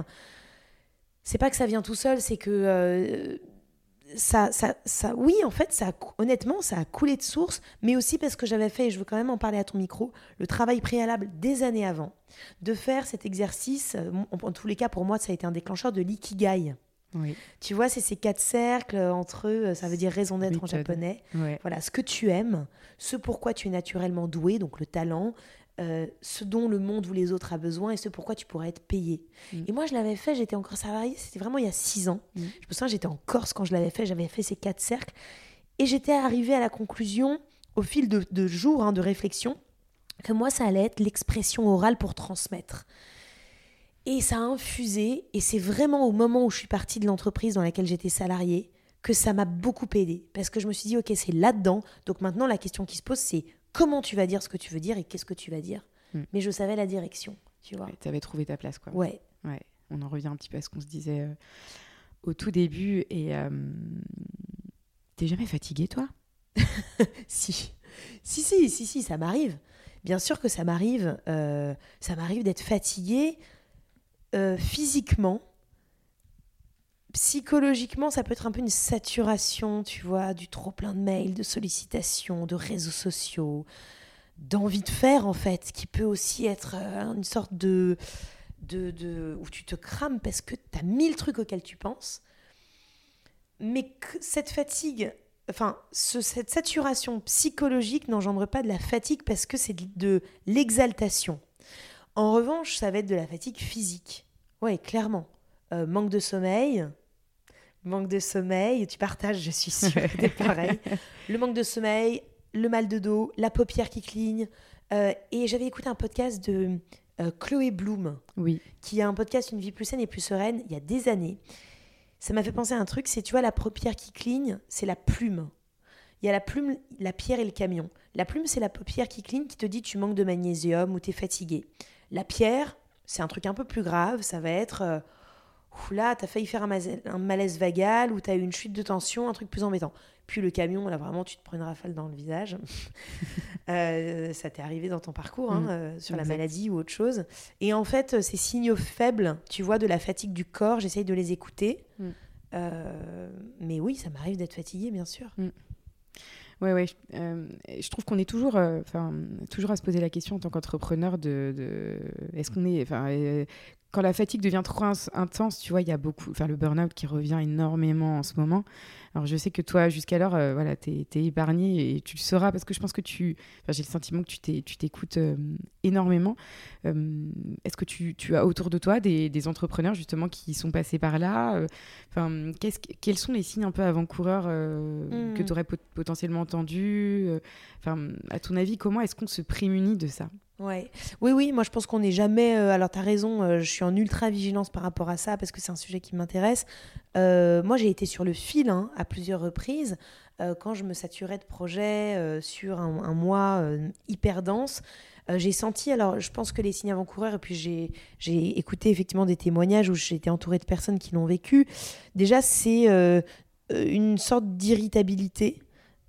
c'est pas que ça vient tout seul, c'est que euh, ça, ça, ça, oui, en fait, ça, honnêtement, ça a coulé de source, mais aussi parce que j'avais fait, et je veux quand même en parler à ton micro, le travail préalable des années avant, de faire cet exercice, en, en tous les cas, pour moi, ça a été un déclencheur de l'ikigai. Oui. Tu vois, c'est ces quatre cercles entre eux, ça veut dire raison d'être en japonais. Ouais. Voilà, ce que tu aimes, ce pourquoi tu es naturellement doué, donc le talent, euh, ce dont le monde ou les autres a besoin et ce pourquoi tu pourrais être payé. Mm. Et moi, je l'avais fait, j'étais encore salariée, c'était vraiment il y a six ans. Mm. Je me souviens, j'étais en Corse quand je l'avais fait, j'avais fait ces quatre cercles et j'étais arrivée à la conclusion, au fil de, de jours hein, de réflexion, que moi, ça allait être l'expression orale pour transmettre. Et ça a infusé, et c'est vraiment au moment où je suis partie de l'entreprise dans laquelle j'étais salariée que ça m'a beaucoup aidée. Parce que je me suis dit, ok, c'est là-dedans. Donc maintenant, la question qui se pose, c'est comment tu vas dire ce que tu veux dire et qu'est-ce que tu vas dire. Mm. Mais je savais la direction, tu vois. Ouais, tu avais trouvé ta place, quoi. Ouais. ouais. On en revient un petit peu à ce qu'on se disait euh, au tout début. Et euh, t'es jamais fatiguée, toi ? Si. Si, si, si, si, ça m'arrive. Bien sûr que ça m'arrive. Euh, ça m'arrive d'être fatiguée. Euh, physiquement, psychologiquement, ça peut être un peu une saturation, tu vois, du trop plein de mails, de sollicitations, de réseaux sociaux, d'envie de faire en fait, qui peut aussi être euh, une sorte de, de, de où tu te crames parce que tu as mille trucs auxquels tu penses, mais que cette fatigue, enfin, ce, cette saturation psychologique n'engendre pas de la fatigue parce que c'est de, de l'exaltation. En revanche, ça va être de la fatigue physique. Oui, clairement. Euh, manque de sommeil. Manque de sommeil. Tu partages, je suis sûre que t'es pareil. Le manque de sommeil, le mal de dos, la paupière qui cligne. Euh, et j'avais écouté un podcast de euh, Chloé Bloom, oui. qui a un podcast Une vie plus saine et plus sereine, il y a des années. Ça m'a fait penser à un truc, c'est, tu vois, la paupière qui cligne, c'est la plume. Il y a la plume, la pierre et le camion. La plume, c'est la paupière qui cligne qui te dit tu manques de magnésium ou t'es fatigué. La pierre, c'est un truc un peu plus grave, ça va être euh, Ouh là, t'as failli faire un, mas- un malaise vagal ou t'as eu une chute de tension, un truc plus embêtant. Puis le camion, là vraiment, tu te prends une rafale dans le visage. Euh, ça t'est arrivé dans ton parcours, hein, Mmh. euh, sur Exact. la maladie ou autre chose. Et en fait, ces signaux faibles, tu vois, de la fatigue du corps, j'essaye de les écouter. Mm. Euh, mais oui, ça m'arrive d'être fatiguée, bien sûr. Mm. Ouais, ouais. Je, euh, je trouve qu'on est toujours, euh, enfin, toujours à se poser la question en tant qu'entrepreneur de, de est-ce qu'on est, enfin, euh, quand la fatigue devient trop ins- intense, tu vois, il y a beaucoup, enfin, le burn-out qui revient énormément en ce moment. Alors, je sais que toi, jusqu'alors, euh, voilà, t'es, t'es épargné et tu le seras parce que je pense que tu, enfin, j'ai le sentiment que tu, t'es, tu t'écoutes euh, énormément. Euh, est-ce que tu, tu as autour de toi des, des entrepreneurs justement qui sont passés par là euh, Enfin, qu'est-ce que- quels sont les signes un peu avant-coureurs euh, Mm. que tu aurais pot- potentiellement entendus euh, Enfin, à ton avis, comment est-ce qu'on se prémunit de ça? Ouais. Oui, oui, moi je pense qu'on n'est jamais. euh, alors, tu as raison, euh, je suis en ultra vigilance par rapport à ça parce que c'est un sujet qui m'intéresse. Euh, moi, j'ai été sur le fil hein, à plusieurs reprises euh, quand je me saturais de projets euh, sur un, un mois euh, hyper dense. Euh, j'ai senti, alors je pense que les signes avant-coureurs, et puis j'ai, j'ai écouté effectivement des témoignages où j'ai été entourée de personnes qui l'ont vécu. Déjà, c'est euh, euh, une sorte d'irritabilité.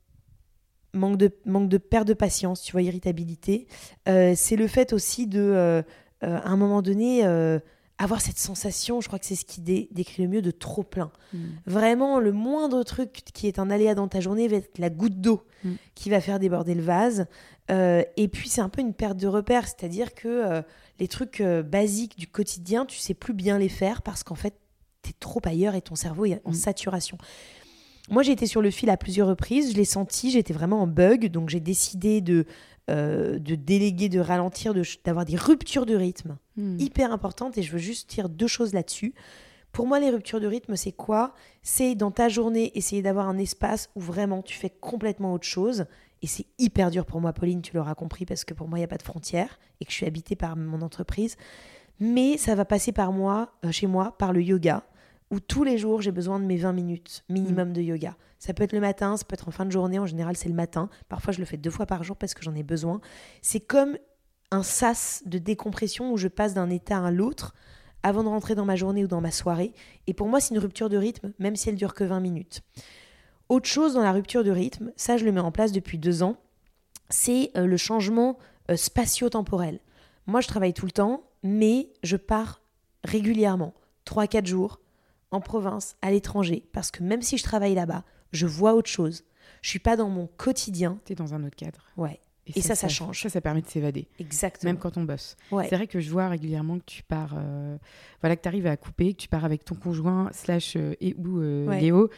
Manque de, manque de perte de patience, tu vois, irritabilité. Euh, c'est le fait aussi de, euh, euh, à un moment donné, euh, avoir cette sensation, je crois que c'est ce qui dé- décrit le mieux, de trop plein. Mm. Vraiment, le moindre truc qui est un aléa dans ta journée va être la goutte d'eau Mm. qui va faire déborder le vase. Euh, et puis, c'est un peu une perte de repère, c'est-à-dire que euh, les trucs euh, basiques du quotidien, tu sais plus bien les faire parce qu'en fait, tu es trop ailleurs et ton cerveau est en Mm. saturation. Moi, j'ai été sur le fil à plusieurs reprises, je l'ai senti, j'étais vraiment en bug, donc j'ai décidé de, euh, de déléguer, de ralentir, de, d'avoir des ruptures de rythme Mm. hyper importantes, et je veux juste dire deux choses là-dessus. Pour moi, les ruptures de rythme, c'est quoi? C'est dans ta journée, essayer d'avoir un espace où vraiment tu fais complètement autre chose, et c'est hyper dur pour moi, Pauline, tu l'auras compris, parce que pour moi, il n'y a pas de frontières, et que je suis habitée par mon entreprise, mais ça va passer par moi, euh, chez moi, par le yoga, où tous les jours, j'ai besoin de mes vingt minutes minimum de yoga. Ça peut être le matin, ça peut être en fin de journée. En général, c'est le matin. Parfois, je le fais deux fois par jour parce que j'en ai besoin. C'est comme un sas de décompression où je passe d'un état à l'autre avant de rentrer dans ma journée ou dans ma soirée. Et pour moi, c'est une rupture de rythme, même si elle dure que vingt minutes. Autre chose dans la rupture de rythme, ça, je le mets en place depuis deux ans, c'est euh, le changement euh, spatio-temporel. Moi, je travaille tout le temps, mais je pars régulièrement, trois à quatre jours, en province, à l'étranger, parce que même si je travaille là-bas, je vois autre chose. Je suis pas dans mon quotidien. T'es dans un autre cadre. Ouais. Et ça, ça change. Ça, ça permet de s'évader, Exactement. même quand on bosse. Ouais. C'est vrai que je vois régulièrement que tu pars, euh, voilà, que tu arrives à couper, que tu pars avec ton conjoint slash euh, et ou euh, Ouais. Léo,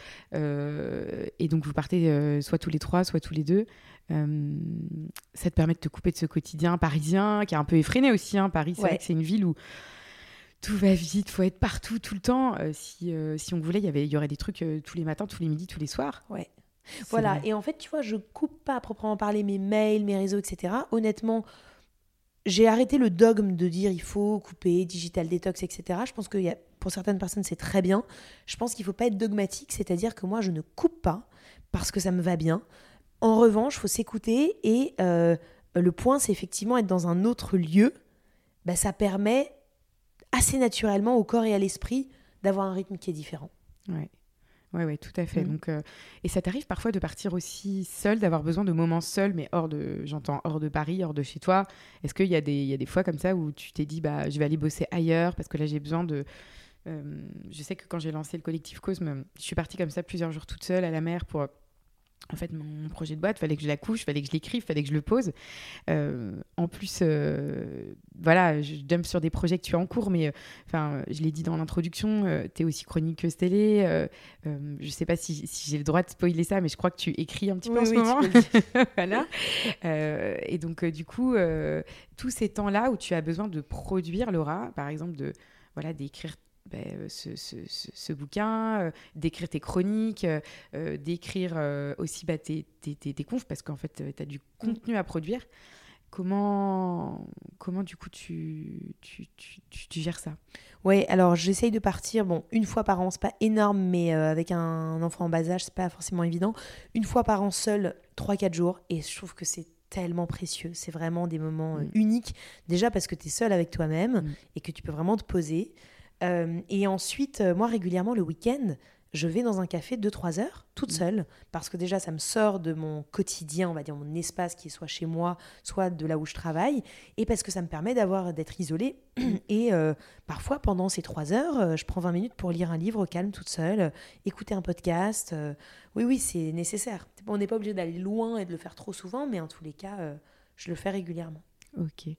euh, et donc vous partez euh, soit tous les trois, soit tous les deux. Euh, ça te permet de te couper de ce quotidien parisien qui est un peu effréné aussi. Hein. Paris, c'est Ouais. vrai que c'est une ville où tout va vite, faut être partout tout le temps. Euh, si, euh, si on voulait, il y avait, il y aurait des trucs euh, tous les matins, tous les midis, tous les soirs. Ouais. C'est Voilà. vrai. Et en fait, tu vois, je coupe pas à proprement parler mes mails, mes réseaux, et cetera. Honnêtement, j'ai arrêté le dogme de dire il faut couper, digital detox, et cetera. Je pense que y a, pour certaines personnes, c'est très bien. Je pense qu'il faut pas être dogmatique, c'est-à-dire que moi, je ne coupe pas parce que ça me va bien. En revanche, il faut s'écouter et euh, le point, c'est effectivement être dans un autre lieu. Bah, ça permet assez naturellement au corps et à l'esprit d'avoir un rythme qui est différent. Ouais. Ouais, ouais, tout à fait. Mhm. Donc, euh, et ça t'arrive parfois de partir aussi seul, d'avoir besoin de moments seuls, mais hors de, j'entends, hors de Paris, hors de chez toi. Est-ce qu'il y a des, il y a des fois comme ça où tu t'es dit, bah, je vais aller bosser ailleurs parce que là, j'ai besoin de... Euh, je sais que quand j'ai lancé le collectif Cosme, je suis partie comme ça plusieurs jours toute seule à la mer pour... En fait, mon projet de boîte, fallait que je la couche, fallait que je l'écrive, fallait que je le pose. Euh, en plus, euh, voilà, je dump sur des projets que tu as en cours, mais enfin, je l'ai dit dans l'introduction, euh, tu es aussi chroniqueuse télé. Euh, euh, je sais pas si, si j'ai le droit de spoiler ça, mais je crois que tu écris un petit peu Oui, en oui, ce tu moment. peux le dire. Voilà. Euh, et donc, euh, du coup, euh, tous ces temps-là où tu as besoin de produire, Laura, par exemple, de voilà, d'écrire Ben, euh, ce, ce, ce, ce bouquin, euh, d'écrire tes chroniques, euh, euh, d'écrire euh, aussi bah, tes, tes, tes, tes confs, parce qu'en fait, euh, tu as du contenu à produire. Comment, comment du coup, tu, tu, tu, tu, tu gères ça? Ouais, alors j'essaye de partir, bon, une fois par an, c'est pas énorme, mais euh, avec un enfant en bas âge, c'est pas forcément évident. Une fois par an seul, trois à quatre jours, et je trouve que c'est tellement précieux. C'est vraiment des moments euh, Mm. uniques. Déjà parce que tu es seul avec toi-même Mm. et que tu peux vraiment te poser. Euh, et ensuite, euh, moi, régulièrement, le week-end, je vais dans un café deux trois heures, toute seule, parce que déjà, ça me sort de mon quotidien, on va dire mon espace qui est soit chez moi, soit de là où je travaille, et parce que ça me permet d'avoir, d'être isolée. Et euh, parfois, pendant ces trois heures, euh, je prends vingt minutes pour lire un livre au calme, toute seule, euh, écouter un podcast. Euh, oui, oui, c'est nécessaire. On n'est pas obligé d'aller loin et de le faire trop souvent, mais en tous les cas, euh, je le fais régulièrement. Ok.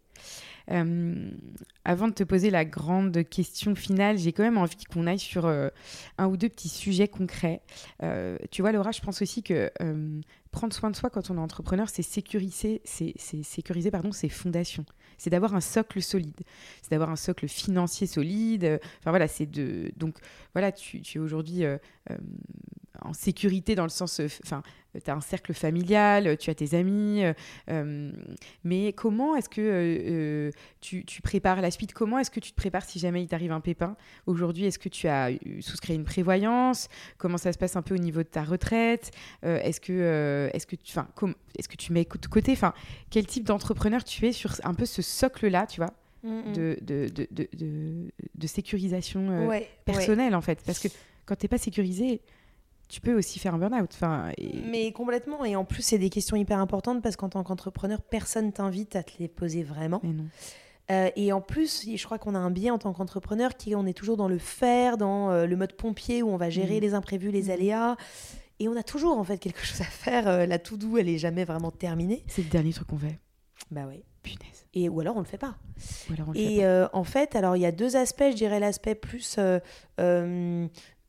Euh, avant de te poser la grande question finale, j'ai quand même envie qu'on aille sur euh, un ou deux petits sujets concrets. Euh, tu vois, Laura, je pense aussi que euh, prendre soin de soi quand on est entrepreneur, c'est sécuriser, c'est, c'est sécuriser pardon, ses fondations. C'est d'avoir un socle solide. C'est d'avoir un socle financier solide. Enfin voilà, c'est de. Donc voilà, tu, tu es aujourd'hui euh, euh, en sécurité dans le sens. Enfin, tu as un cercle familial, tu as tes amis. Euh, mais comment est-ce que euh, tu, tu prépares la suite? Comment est-ce que tu te prépares si jamais il t'arrive un pépin? Aujourd'hui, est-ce que tu as souscrit une prévoyance? Comment ça se passe un peu au niveau de ta retraite? euh, Est-ce que, euh, est-ce que, tu, com- est-ce que tu mets de côté? Enfin, quel type d'entrepreneur tu es sur un peu ce socle-là, tu vois, mm-hmm. de, de, de, de, de, de sécurisation euh, ouais, personnelle, ouais. en fait? Parce que quand tu n'es pas sécurisé, tu peux aussi faire un burn-out. Enfin, et... Mais complètement. Et en plus, c'est des questions hyper importantes parce qu'en tant qu'entrepreneur, personne t'invite à te les poser vraiment. Mais non. Euh, et en plus, je crois qu'on a un biais en tant qu'entrepreneur qui on est toujours dans le faire, dans euh, le mode pompier où on va gérer mmh. les imprévus, les mmh. aléas. Et on a toujours en fait quelque chose à faire. Euh, la to-do, elle est jamais vraiment terminée. C'est le dernier truc qu'on fait. Bah oui. Punaise. Et, ou alors on le fait pas. Ou alors on le et fait pas. Euh, en fait, alors il y a deux aspects. Je dirais l'aspect plus... Euh, euh,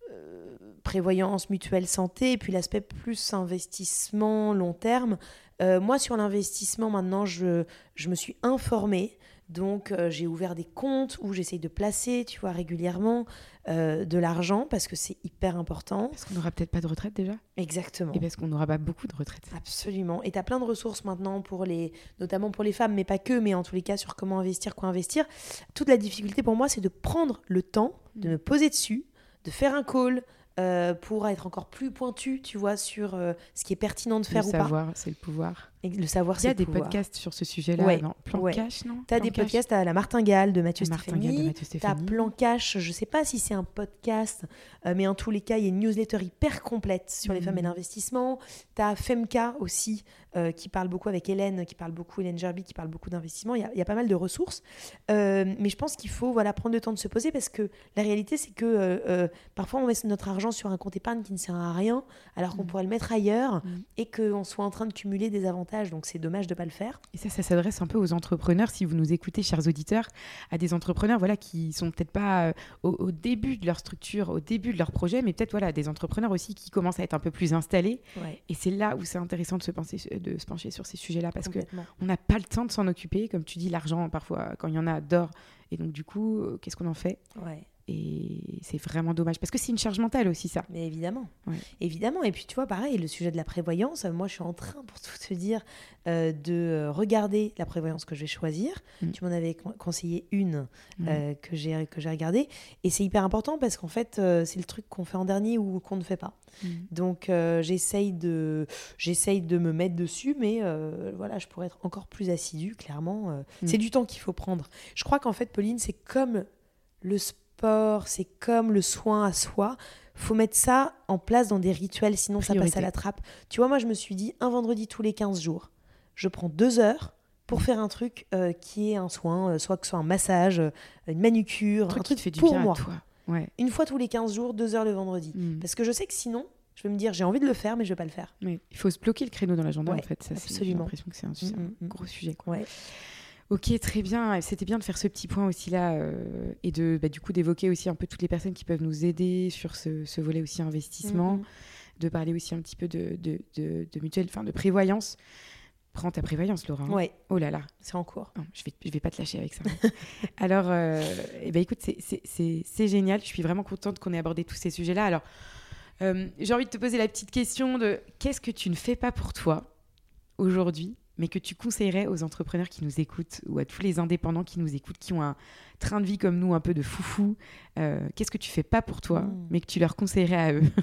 prévoyance, mutuelle santé, et puis l'aspect plus investissement long terme. Euh, moi, sur l'investissement, maintenant, je, je me suis informée. Donc, euh, j'ai ouvert des comptes où j'essaye de placer, tu vois, régulièrement euh, de l'argent parce que c'est hyper important. Parce qu'on n'aura peut-être pas de retraite déjà. Exactement. Et parce qu'on n'aura pas beaucoup de retraite. Absolument. Et tu as plein de ressources maintenant, pour les, notamment pour les femmes, mais pas que, mais en tous les cas sur comment investir, quoi investir. Toute la difficulté pour moi, c'est de prendre le temps de me poser dessus, de faire un call, Euh, pour être encore plus pointu, tu vois, sur euh, ce qui est pertinent de faire le ou pas. Le savoir, c'est le pouvoir. Et le savoir, c'est le pouvoir. Il y a des pouvoir. podcasts sur ce sujet-là, ouais. non Plan ouais. Cash, non Tu as des cash. podcasts, tu as La Martingale de Mathieu La Stéphanie. Martingale de Mathieu Stéphanie. Tu as Plan Cash, je sais pas si c'est un podcast, euh, mais en tous les cas, il y a une newsletter hyper complète sur mmh. les femmes et l'investissement. Tu as Femka aussi, euh, qui parle beaucoup avec Hélène, qui parle beaucoup, Hélène Gerby, qui parle beaucoup d'investissement. Il y a, il y a pas mal de ressources. Euh, mais je pense qu'il faut voilà, prendre le temps de se poser parce que la réalité, c'est que euh, euh, parfois, on met notre argent sur un compte épargne qui ne sert à rien, alors qu'on mmh. pourrait le mettre ailleurs mmh. et qu'on soit en train de cumuler des avantages. Donc, c'est dommage de pas le faire. Et ça, ça s'adresse un peu aux entrepreneurs, si vous nous écoutez, chers auditeurs, à des entrepreneurs voilà, qui sont peut-être pas euh, au, au début de leur structure, au début de leur projet, mais peut-être voilà, des entrepreneurs aussi qui commencent à être un peu plus installés. Ouais. Et c'est là où c'est intéressant de se, penser, de se pencher sur ces sujets-là, parce qu'on n'a pas le temps de s'en occuper. Comme tu dis, l'argent, parfois, quand il y en a, dort. Et donc, du coup, euh, qu'est-ce qu'on en fait ? Ouais. Et c'est vraiment dommage parce que c'est une charge mentale aussi, ça. Mais évidemment, ouais. évidemment. Et puis tu vois, pareil, le sujet de la prévoyance, moi je suis en train, pour tout te dire, euh, de regarder la prévoyance que je vais choisir. Mm. Tu m'en avais conseillé une mm. euh, que j'ai que j'ai regardée, et c'est hyper important parce qu'en fait, euh, c'est le truc qu'on fait en dernier ou qu'on ne fait pas. Mm. Donc euh, j'essaye de j'essaye de me mettre dessus, mais euh, voilà, je pourrais être encore plus assidue. Clairement, euh, mm. c'est du temps qu'il faut prendre. Je crois qu'en fait, Pauline, c'est comme le sport. C'est comme le soin à soi. Faut mettre ça en place dans des rituels, sinon Priorité. Ça passe à la trappe. Tu vois, moi, je me suis dit, un vendredi tous les quinze jours, je prends deux heures pour mmh. faire un truc euh, qui est un soin, euh, soit que ce soit un massage, euh, une manucure, un truc, un truc qui fait du pour bien moi. À toi. Ouais. Une fois tous les quinze jours, deux heures le vendredi. Mmh. Parce que je sais que sinon, je vais me dire, j'ai envie de le faire, mais je vais pas le faire. Mais il faut se bloquer le créneau dans l'agenda, ouais, en fait. Ça, absolument. C'est, j'ai l'impression que c'est un, c'est mmh, un gros sujet. Quoi. Ouais. Ok, très bien. C'était bien de faire ce petit point aussi là euh, et de bah, du coup d'évoquer aussi un peu toutes les personnes qui peuvent nous aider sur ce, ce volet aussi investissement, mmh. de parler aussi un petit peu de, de, de, de mutuelle, enfin de prévoyance. Prends ta prévoyance, Laura. Hein. Ouais. Oh là là. C'est en cours. Non, je vais, je vais pas te lâcher avec ça. Alors, euh, eh ben, écoute, c'est, c'est, c'est, c'est génial. Je suis vraiment contente qu'on ait abordé tous ces sujets-là. Alors, euh, j'ai envie de te poser la petite question de qu'est-ce que tu ne fais pas pour toi aujourd'hui, mais que tu conseillerais aux entrepreneurs qui nous écoutent ou à tous les indépendants qui nous écoutent, qui ont un train de vie comme nous, un peu de foufou. Euh, qu'est-ce que tu fais pas pour toi, mmh. mais que tu leur conseillerais à eux?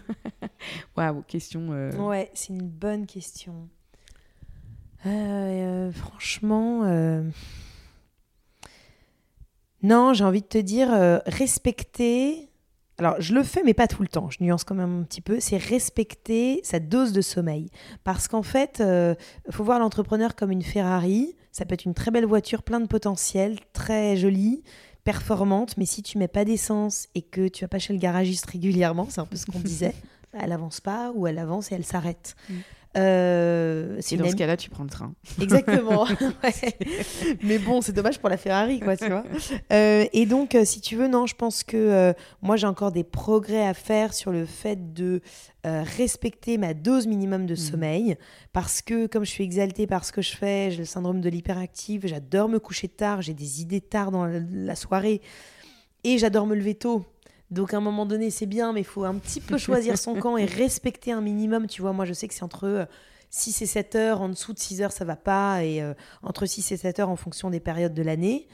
Waouh, question... Euh... Ouais, c'est une bonne question. Euh, euh, franchement... Euh... Non, j'ai envie de te dire, euh, respecter... Alors, je le fais, mais pas tout le temps. Je nuance quand même un petit peu. C'est respecter sa dose de sommeil. Parce qu'en fait, il euh, faut voir l'entrepreneur comme une Ferrari. Ça peut être une très belle voiture, plein de potentiel, très jolie, performante. Mais si tu mets pas d'essence et que tu vas pas chez le garagiste régulièrement, c'est un peu ce qu'on disait, bah, elle avance pas ou elle avance et elle s'arrête. Mm. Euh, et dans ce cas-là, tu prends le train. Exactement. Ouais. Mais bon, c'est dommage pour la Ferrari, quoi, tu vois. Euh, et donc, euh, si tu veux, non, je pense que euh, moi, j'ai encore des progrès à faire sur le fait de euh, respecter ma dose minimum de mmh. sommeil. Parce que, comme je suis exaltée par ce que je fais, j'ai le syndrome de l'hyperactive, j'adore me coucher tard, j'ai des idées tard dans la, la soirée et j'adore me lever tôt. Donc, à un moment donné, c'est bien, mais il faut un petit peu choisir son camp et respecter un minimum. Tu vois, moi, je sais que c'est entre euh, six et sept heures. En dessous de six heures, ça va pas. Et euh, entre six et sept heures en fonction des périodes de l'année.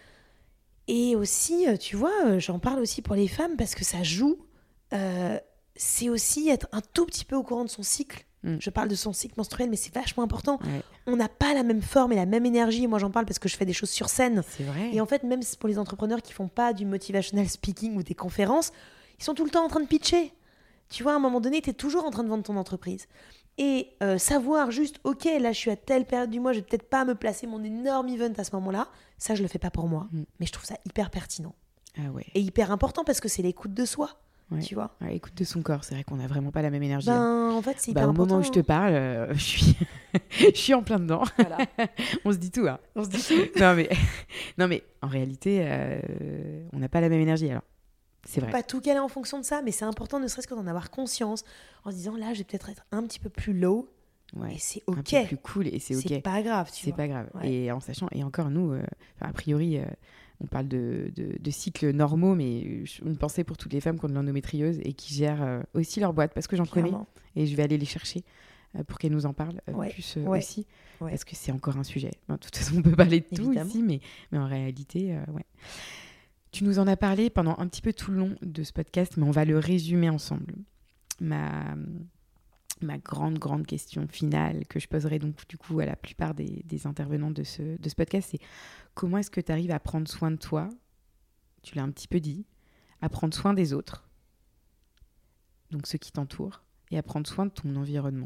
Et aussi, euh, tu vois, euh, j'en parle aussi pour les femmes parce que ça joue. Euh, c'est aussi être un tout petit peu au courant de son cycle. Mm. Je parle de son cycle menstruel, mais c'est vachement important. Ouais. On n'a pas la même forme et la même énergie. Moi, j'en parle parce que je fais des choses sur scène. C'est vrai. Et en fait, même pour les entrepreneurs qui font pas du motivational speaking ou des conférences, ils sont tout le temps en train de pitcher. Tu vois, à un moment donné, tu es toujours en train de vendre ton entreprise. Et euh, savoir juste, ok, là, je suis à telle période du mois, je vais peut-être pas me placer mon énorme event à ce moment-là. Ça, je le fais pas pour moi. Mm. Mais je trouve ça hyper pertinent. Ah ouais. Et hyper important parce que c'est l'écoute de soi. Ouais. Tu vois, ouais, écoute de son corps, c'est vrai qu'on n'a vraiment pas la même énergie. Ben, en fait, c'est hyper bah, au important. Au moment où je te parle, euh, je, suis... je suis en plein dedans. Voilà. On se dit tout. Hein. On se dit tout. non, mais... non, mais en réalité, euh, on n'a pas la même énergie. Alors, c'est vrai. Pas tout caler en fonction de ça, mais c'est important ne serait-ce que d'en avoir conscience en se disant là, je vais peut-être être un petit peu plus low. Ouais, et c'est OK. Un peu plus cool et c'est OK. C'est pas grave, tu c'est vois. pas grave. Ouais. Et en sachant, et encore nous, euh, a priori, euh, on parle de, de, de cycles normaux, mais une pensée pour toutes les femmes qui ont de l'endométriose et qui gèrent euh, aussi leur boîte, parce que j'en Clairement. connais et je vais aller les chercher euh, pour qu'elles nous en parlent euh, ouais. plus euh, ouais. aussi, ouais. parce que c'est encore un sujet. Enfin, de toute façon, on peut parler de tout Évidemment. Ici, mais, mais en réalité, euh, ouais. Tu nous en as parlé pendant un petit peu tout le long de ce podcast, mais on va le résumer ensemble. Ma... Ma grande, grande question finale que je poserai donc du coup à la plupart des, des intervenants de ce, de ce podcast, c'est comment est-ce que tu arrives à prendre soin de toi, tu l'as un petit peu dit, à prendre soin des autres, donc ceux qui t'entourent, et à prendre soin de ton environnement.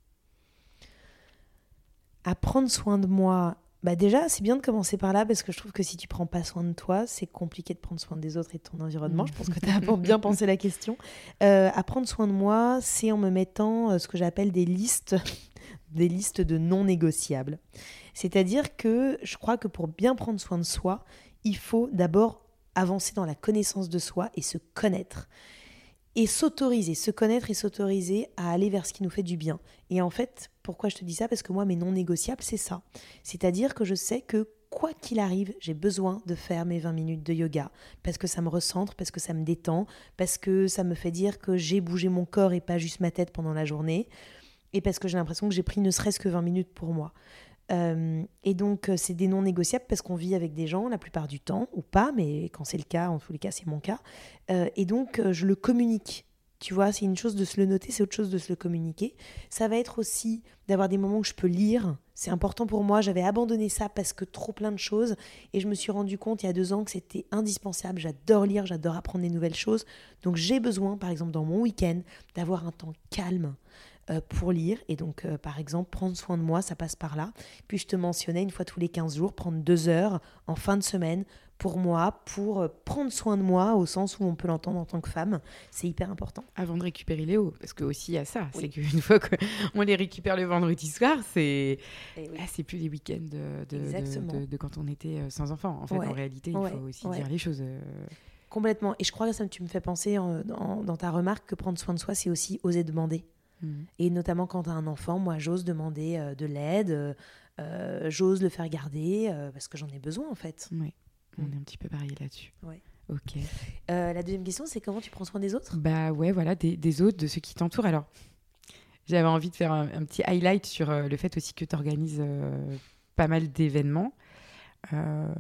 À prendre soin de moi, bah déjà c'est bien de commencer par là parce que je trouve que si tu prends pas soin de toi, c'est compliqué de prendre soin des autres et de ton environnement. Mmh. Je pense que tu as bien pensé la question. Euh, à prendre soin de moi, c'est en me mettant euh, ce que j'appelle des listes, des listes de non négociables. C'est-à-dire que je crois que pour bien prendre soin de soi, il faut d'abord avancer dans la connaissance de soi et se connaître. Et s'autoriser, se connaître et s'autoriser à aller vers ce qui nous fait du bien. Et en fait, pourquoi je te dis ça ? Parce que moi, mes non négociables, c'est ça. C'est-à-dire que je sais que quoi qu'il arrive, j'ai besoin de faire mes vingt minutes de yoga. Parce que ça me recentre, parce que ça me détend, parce que ça me fait dire que j'ai bougé mon corps et pas juste ma tête pendant la journée. Et parce que j'ai l'impression que j'ai pris ne serait-ce que vingt minutes pour moi. Euh, et donc, c'est des non négociables parce qu'on vit avec des gens la plupart du temps, ou pas, mais quand c'est le cas, en tous les cas, c'est mon cas. Euh, et donc, je le communique. Tu vois, c'est une chose de se le noter, c'est autre chose de se le communiquer. Ça va être aussi d'avoir des moments où je peux lire. C'est important pour moi. J'avais abandonné ça parce que trop plein de choses. Et je me suis rendu compte il y a deux ans que c'était indispensable. J'adore lire, j'adore apprendre des nouvelles choses. Donc, j'ai besoin, par exemple, dans mon week-end, d'avoir un temps calme euh, pour lire. Et donc, euh, par exemple, prendre soin de moi, ça passe par là. Puis, je te mentionnais, une fois tous les quinze jours, prendre deux heures en fin de semaine pour moi, pour prendre soin de moi, au sens où on peut l'entendre en tant que femme. C'est hyper important. Avant de récupérer Léo, parce que aussi il y a ça, oui. C'est qu'une fois qu'on les récupère le vendredi soir, c'est, oui. ah, c'est plus les week-ends de, de, de, de, de quand on était sans enfant. En fait, ouais. En réalité, il ouais. faut aussi ouais. dire les choses. Complètement. Et je crois que ça, tu me fais penser en, en, dans ta remarque que prendre soin de soi, c'est aussi oser demander. Mmh. Et notamment quand tu as un enfant, moi, j'ose demander euh, de l'aide, euh, j'ose le faire garder, euh, parce que j'en ai besoin, en fait. Oui. On est un petit peu pareil là-dessus. Ouais. Ok. Euh, la deuxième question, c'est comment tu prends soin des autres ? Bah ouais, voilà, des, des autres, de ceux qui t'entourent. Alors, j'avais envie de faire un, un petit highlight sur euh, le fait aussi que tu organises euh, pas mal d'événements. Euh...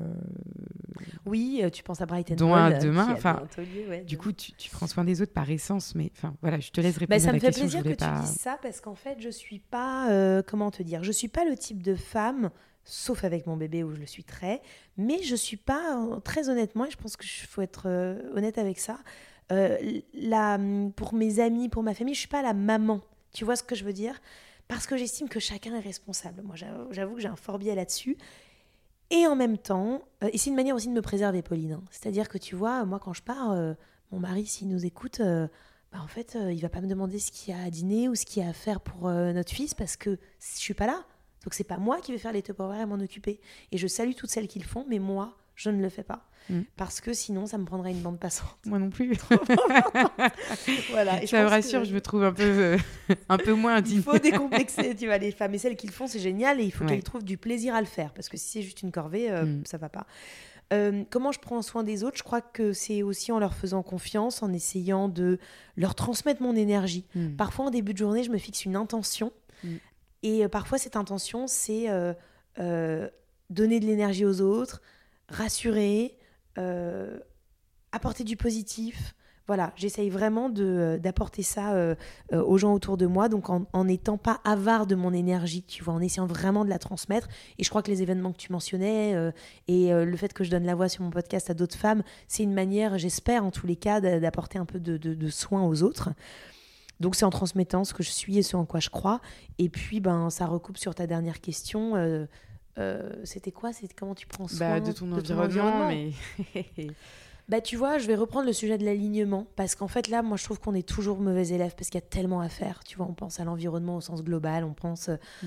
Oui, tu penses à Bright and dont Bold, un demain. Enfin, atelier, ouais, du coup, tu, tu prends soin des autres par essence, mais enfin voilà, je te laisse répondre bah, à la question. Ça me fait plaisir que pas... tu dises ça parce qu'en fait, je suis pas, euh, comment te dire, je suis pas le type de femme sauf avec mon bébé où je le suis très. Mais je ne suis pas, euh, très honnêtement, et je pense qu'il faut être euh, honnête avec ça, euh, la, pour mes amis, pour ma famille, je ne suis pas la maman. Tu vois ce que je veux dire ? Parce que j'estime que chacun est responsable. Moi, j'avoue, j'avoue que j'ai un fort biais là-dessus. Et en même temps, euh, et c'est une manière aussi de me préserver, Pauline. Hein. C'est-à-dire que tu vois, moi, quand je pars, euh, mon mari, s'il nous écoute... Euh, Bah en fait, euh, il va pas me demander ce qu'il y a à dîner ou ce qu'il y a à faire pour euh, notre fils parce que je suis pas là. Donc c'est pas moi qui vais faire les Tupperware et m'en occuper. Et je salue toutes celles qui le font, mais moi, je ne le fais pas. Mm. Parce que sinon, ça me prendrait une bande passante. Moi non plus. Voilà. Et ça je me rassure, que... je me trouve un peu, euh, un peu moins indigne. Il faut décomplexer, tu vois, les femmes. Et celles qui le font, c'est génial. Et il faut ouais. qu'elles trouvent du plaisir à le faire. Parce que si c'est juste une corvée, euh, mm. ça va pas. Euh, comment je prends soin des autres ? Je crois que c'est aussi en leur faisant confiance, en essayant de leur transmettre mon énergie. Mm. Parfois, en début de journée, je me fixe une intention. Mm. Et euh, parfois, cette intention, c'est euh, euh, donner de l'énergie aux autres, rassurer, euh, apporter du positif. Voilà, j'essaye vraiment de, d'apporter ça euh, euh, aux gens autour de moi, donc en n'étant pas avare de mon énergie, tu vois, en essayant vraiment de la transmettre. Et je crois que les événements que tu mentionnais euh, et euh, le fait que je donne la voix sur mon podcast à d'autres femmes, c'est une manière, j'espère en tous les cas, d'apporter un peu de, de, de soin aux autres. Donc c'est en transmettant ce que je suis et ce en quoi je crois. Et puis, ben, ça recoupe sur ta dernière question. Euh, euh, c'était quoi ? C'était comment tu prends soin bah, de ton de environnement, ton environnement mais... Bah tu vois, je vais reprendre le sujet de l'alignement parce qu'en fait là, moi je trouve qu'on est toujours mauvais élève parce qu'il y a tellement à faire. Tu vois, on pense à l'environnement au sens global, on pense euh, mm.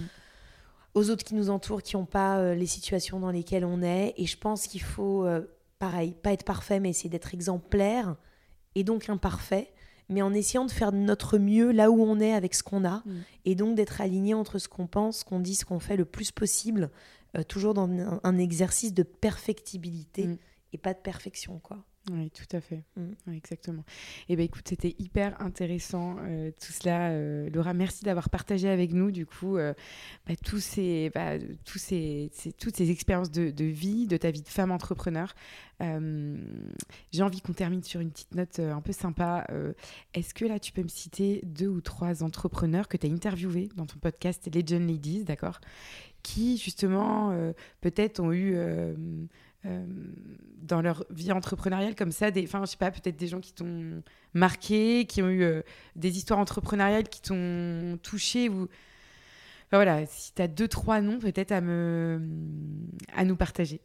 aux autres qui nous entourent, qui n'ont pas euh, les situations dans lesquelles on est. Et je pense qu'il faut, euh, pareil, pas être parfait, mais essayer d'être exemplaire et donc imparfait, mais en essayant de faire de notre mieux là où on est avec ce qu'on a mm. et donc d'être aligné entre ce qu'on pense, ce qu'on dit, ce qu'on fait le plus possible, euh, toujours dans un, un exercice de perfectibilité. Mm. Et pas de perfection, quoi. Oui, tout à fait. Mm. Oui, exactement. Et ben écoute, c'était hyper intéressant euh, tout cela. Euh, Laura, merci d'avoir partagé avec nous, du coup, euh, bah, tous ces, bah, tous ces, ces, toutes ces expériences de, de vie, de ta vie de femme entrepreneur. Euh, j'ai envie qu'on termine sur une petite note euh, un peu sympa. Euh, est-ce que là, tu peux me citer deux ou trois entrepreneurs que tu as interviewés dans ton podcast Legend Ladies, d'accord, qui, justement, euh, peut-être ont eu... Euh, Euh, dans leur vie entrepreneuriale comme ça, des, enfin je sais pas, peut-être des gens qui t'ont marqué, qui ont eu euh, des histoires entrepreneuriales qui t'ont touché ou enfin, voilà, si tu as deux trois noms peut-être à me à nous partager.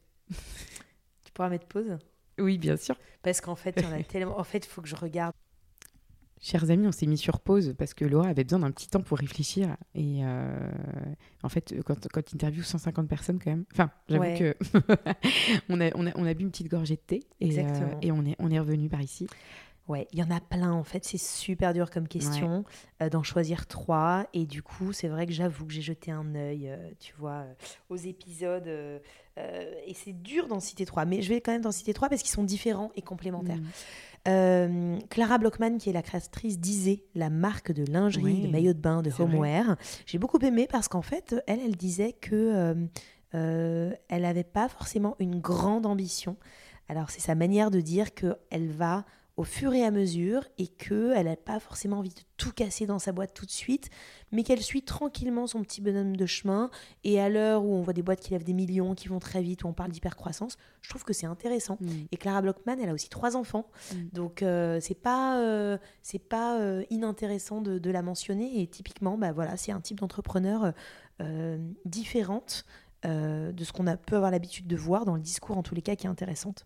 Tu pourras mettre pause ? Oui, bien sûr. Parce qu'en fait, il y en a tellement, en fait, il faut que je regarde. Chers amis, on s'est mis sur pause parce que Laura avait besoin d'un petit temps pour réfléchir. Et euh, en fait, quand, quand tu interviews cent cinquante personnes, quand même, enfin, j'avoue ouais. que on, a, on, a, on a bu une petite gorgée de thé et, euh, et on est, on est revenu par ici. Ouais, il y en a plein en fait, c'est super dur comme question ouais. euh, d'en choisir trois. Et du coup, c'est vrai que j'avoue que j'ai jeté un œil, euh, tu vois, euh, aux épisodes. Euh, euh, et c'est dur d'en citer trois, mais je vais quand même d'en citer trois parce qu'ils sont différents et complémentaires. Mmh. Euh, Clara Blockman, qui est la créatrice d'Isée, la marque de lingerie, oui, de maillot de bain, de homeware. J'ai beaucoup aimé parce qu'en fait, elle, elle disait que euh, euh, elle n'avait pas forcément une grande ambition. Alors, c'est sa manière de dire qu'elle va au fur et à mesure et qu'elle n'a pas forcément envie de tout casser dans sa boîte tout de suite, mais qu'elle suit tranquillement son petit bonhomme de chemin. Et à l'heure où on voit des boîtes qui lèvent des millions, qui vont très vite, où on parle d'hypercroissance, je trouve que c'est intéressant. Mmh. Et Clara Blockman, elle a aussi trois enfants, mmh. donc euh, c'est pas, euh, c'est pas euh, inintéressant de, de la mentionner. Et typiquement, bah, voilà, c'est un type d'entrepreneur euh, différente euh, de ce qu'on a, peut avoir l'habitude de voir dans le discours, en tous les cas, qui est intéressante.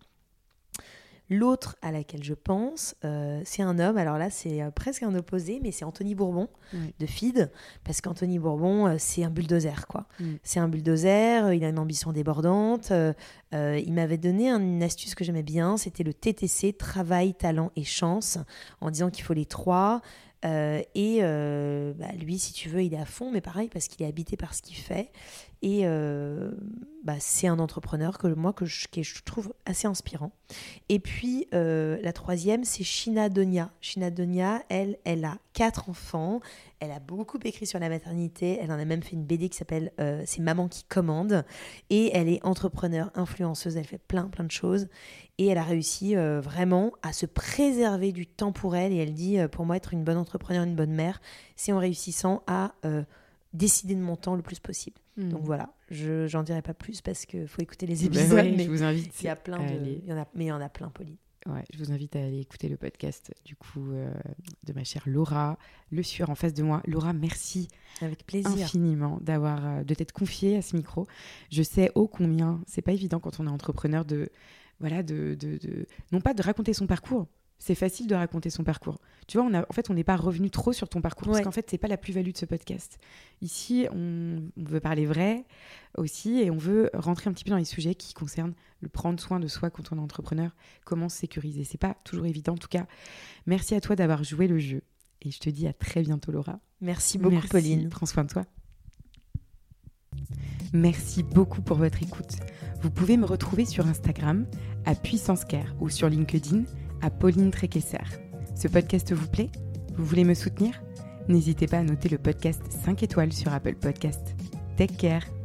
L'autre à laquelle je pense, euh, c'est un homme, alors là c'est euh, presque un opposé, mais c'est Anthony Bourbon oui. de Feed, parce qu'Anthony Bourbon, euh, c'est un bulldozer, quoi. Mm. C'est un bulldozer, il a une ambition débordante. Euh, euh, il m'avait donné un, une astuce que j'aimais bien, c'était le T T C, travail, talent et chance, en disant qu'il faut les trois. Euh, et euh, bah, lui, si tu veux, il est à fond, mais pareil, parce qu'il est habité par ce qu'il fait. Et euh, bah, c'est un entrepreneur que moi que je, que je trouve assez inspirant. Et puis euh, la troisième, c'est Sheena Donia. Sheena Donia, elle, elle a quatre enfants. Elle a beaucoup écrit sur la maternité. Elle en a même fait une B D qui s'appelle euh, C'est Maman qui commande. Et elle est entrepreneur, influenceuse. Elle fait plein, plein de choses. Et elle a réussi euh, vraiment à se préserver du temps pour elle. Et elle dit, euh, pour moi, être une bonne entrepreneure, une bonne mère, c'est en réussissant à euh, décider de mon temps le plus possible. Mmh. Donc voilà, Je, j'en dirai pas plus parce qu'il faut écouter les Ben épisodes. ouais, mais je vous invite. il y a plein de... aller- il y en a, mais il y en a plein, Pauline. Ouais, je vous invite à aller écouter le podcast du coup euh, de ma chère Laura Le Sueur en face de moi. Laura, merci Avec plaisir. infiniment d'avoir euh, de t'être confiée à ce micro. Je sais ô combien c'est pas évident quand on est entrepreneur de voilà de, de, de non pas de raconter son parcours. C'est facile de raconter son parcours. Tu vois, on a, en fait, on n'est pas revenu trop sur ton parcours parce Ouais. qu'en fait, c'est pas la plus-value de ce podcast. Ici, on, on veut parler vrai aussi et on veut rentrer un petit peu dans les sujets qui concernent le prendre soin de soi quand on est entrepreneur, comment se sécuriser. C'est pas toujours évident. En tout cas, merci à toi d'avoir joué le jeu et je te dis à très bientôt, Laura. Merci beaucoup, Merci, Pauline. prends soin de toi. Merci beaucoup pour votre écoute. Vous pouvez me retrouver sur Instagram à Puissance Care ou sur LinkedIn à Pauline Tréquesser. Ce podcast vous plaît ? Vous voulez me soutenir ? N'hésitez pas à noter le podcast cinq étoiles sur Apple Podcast. Take care.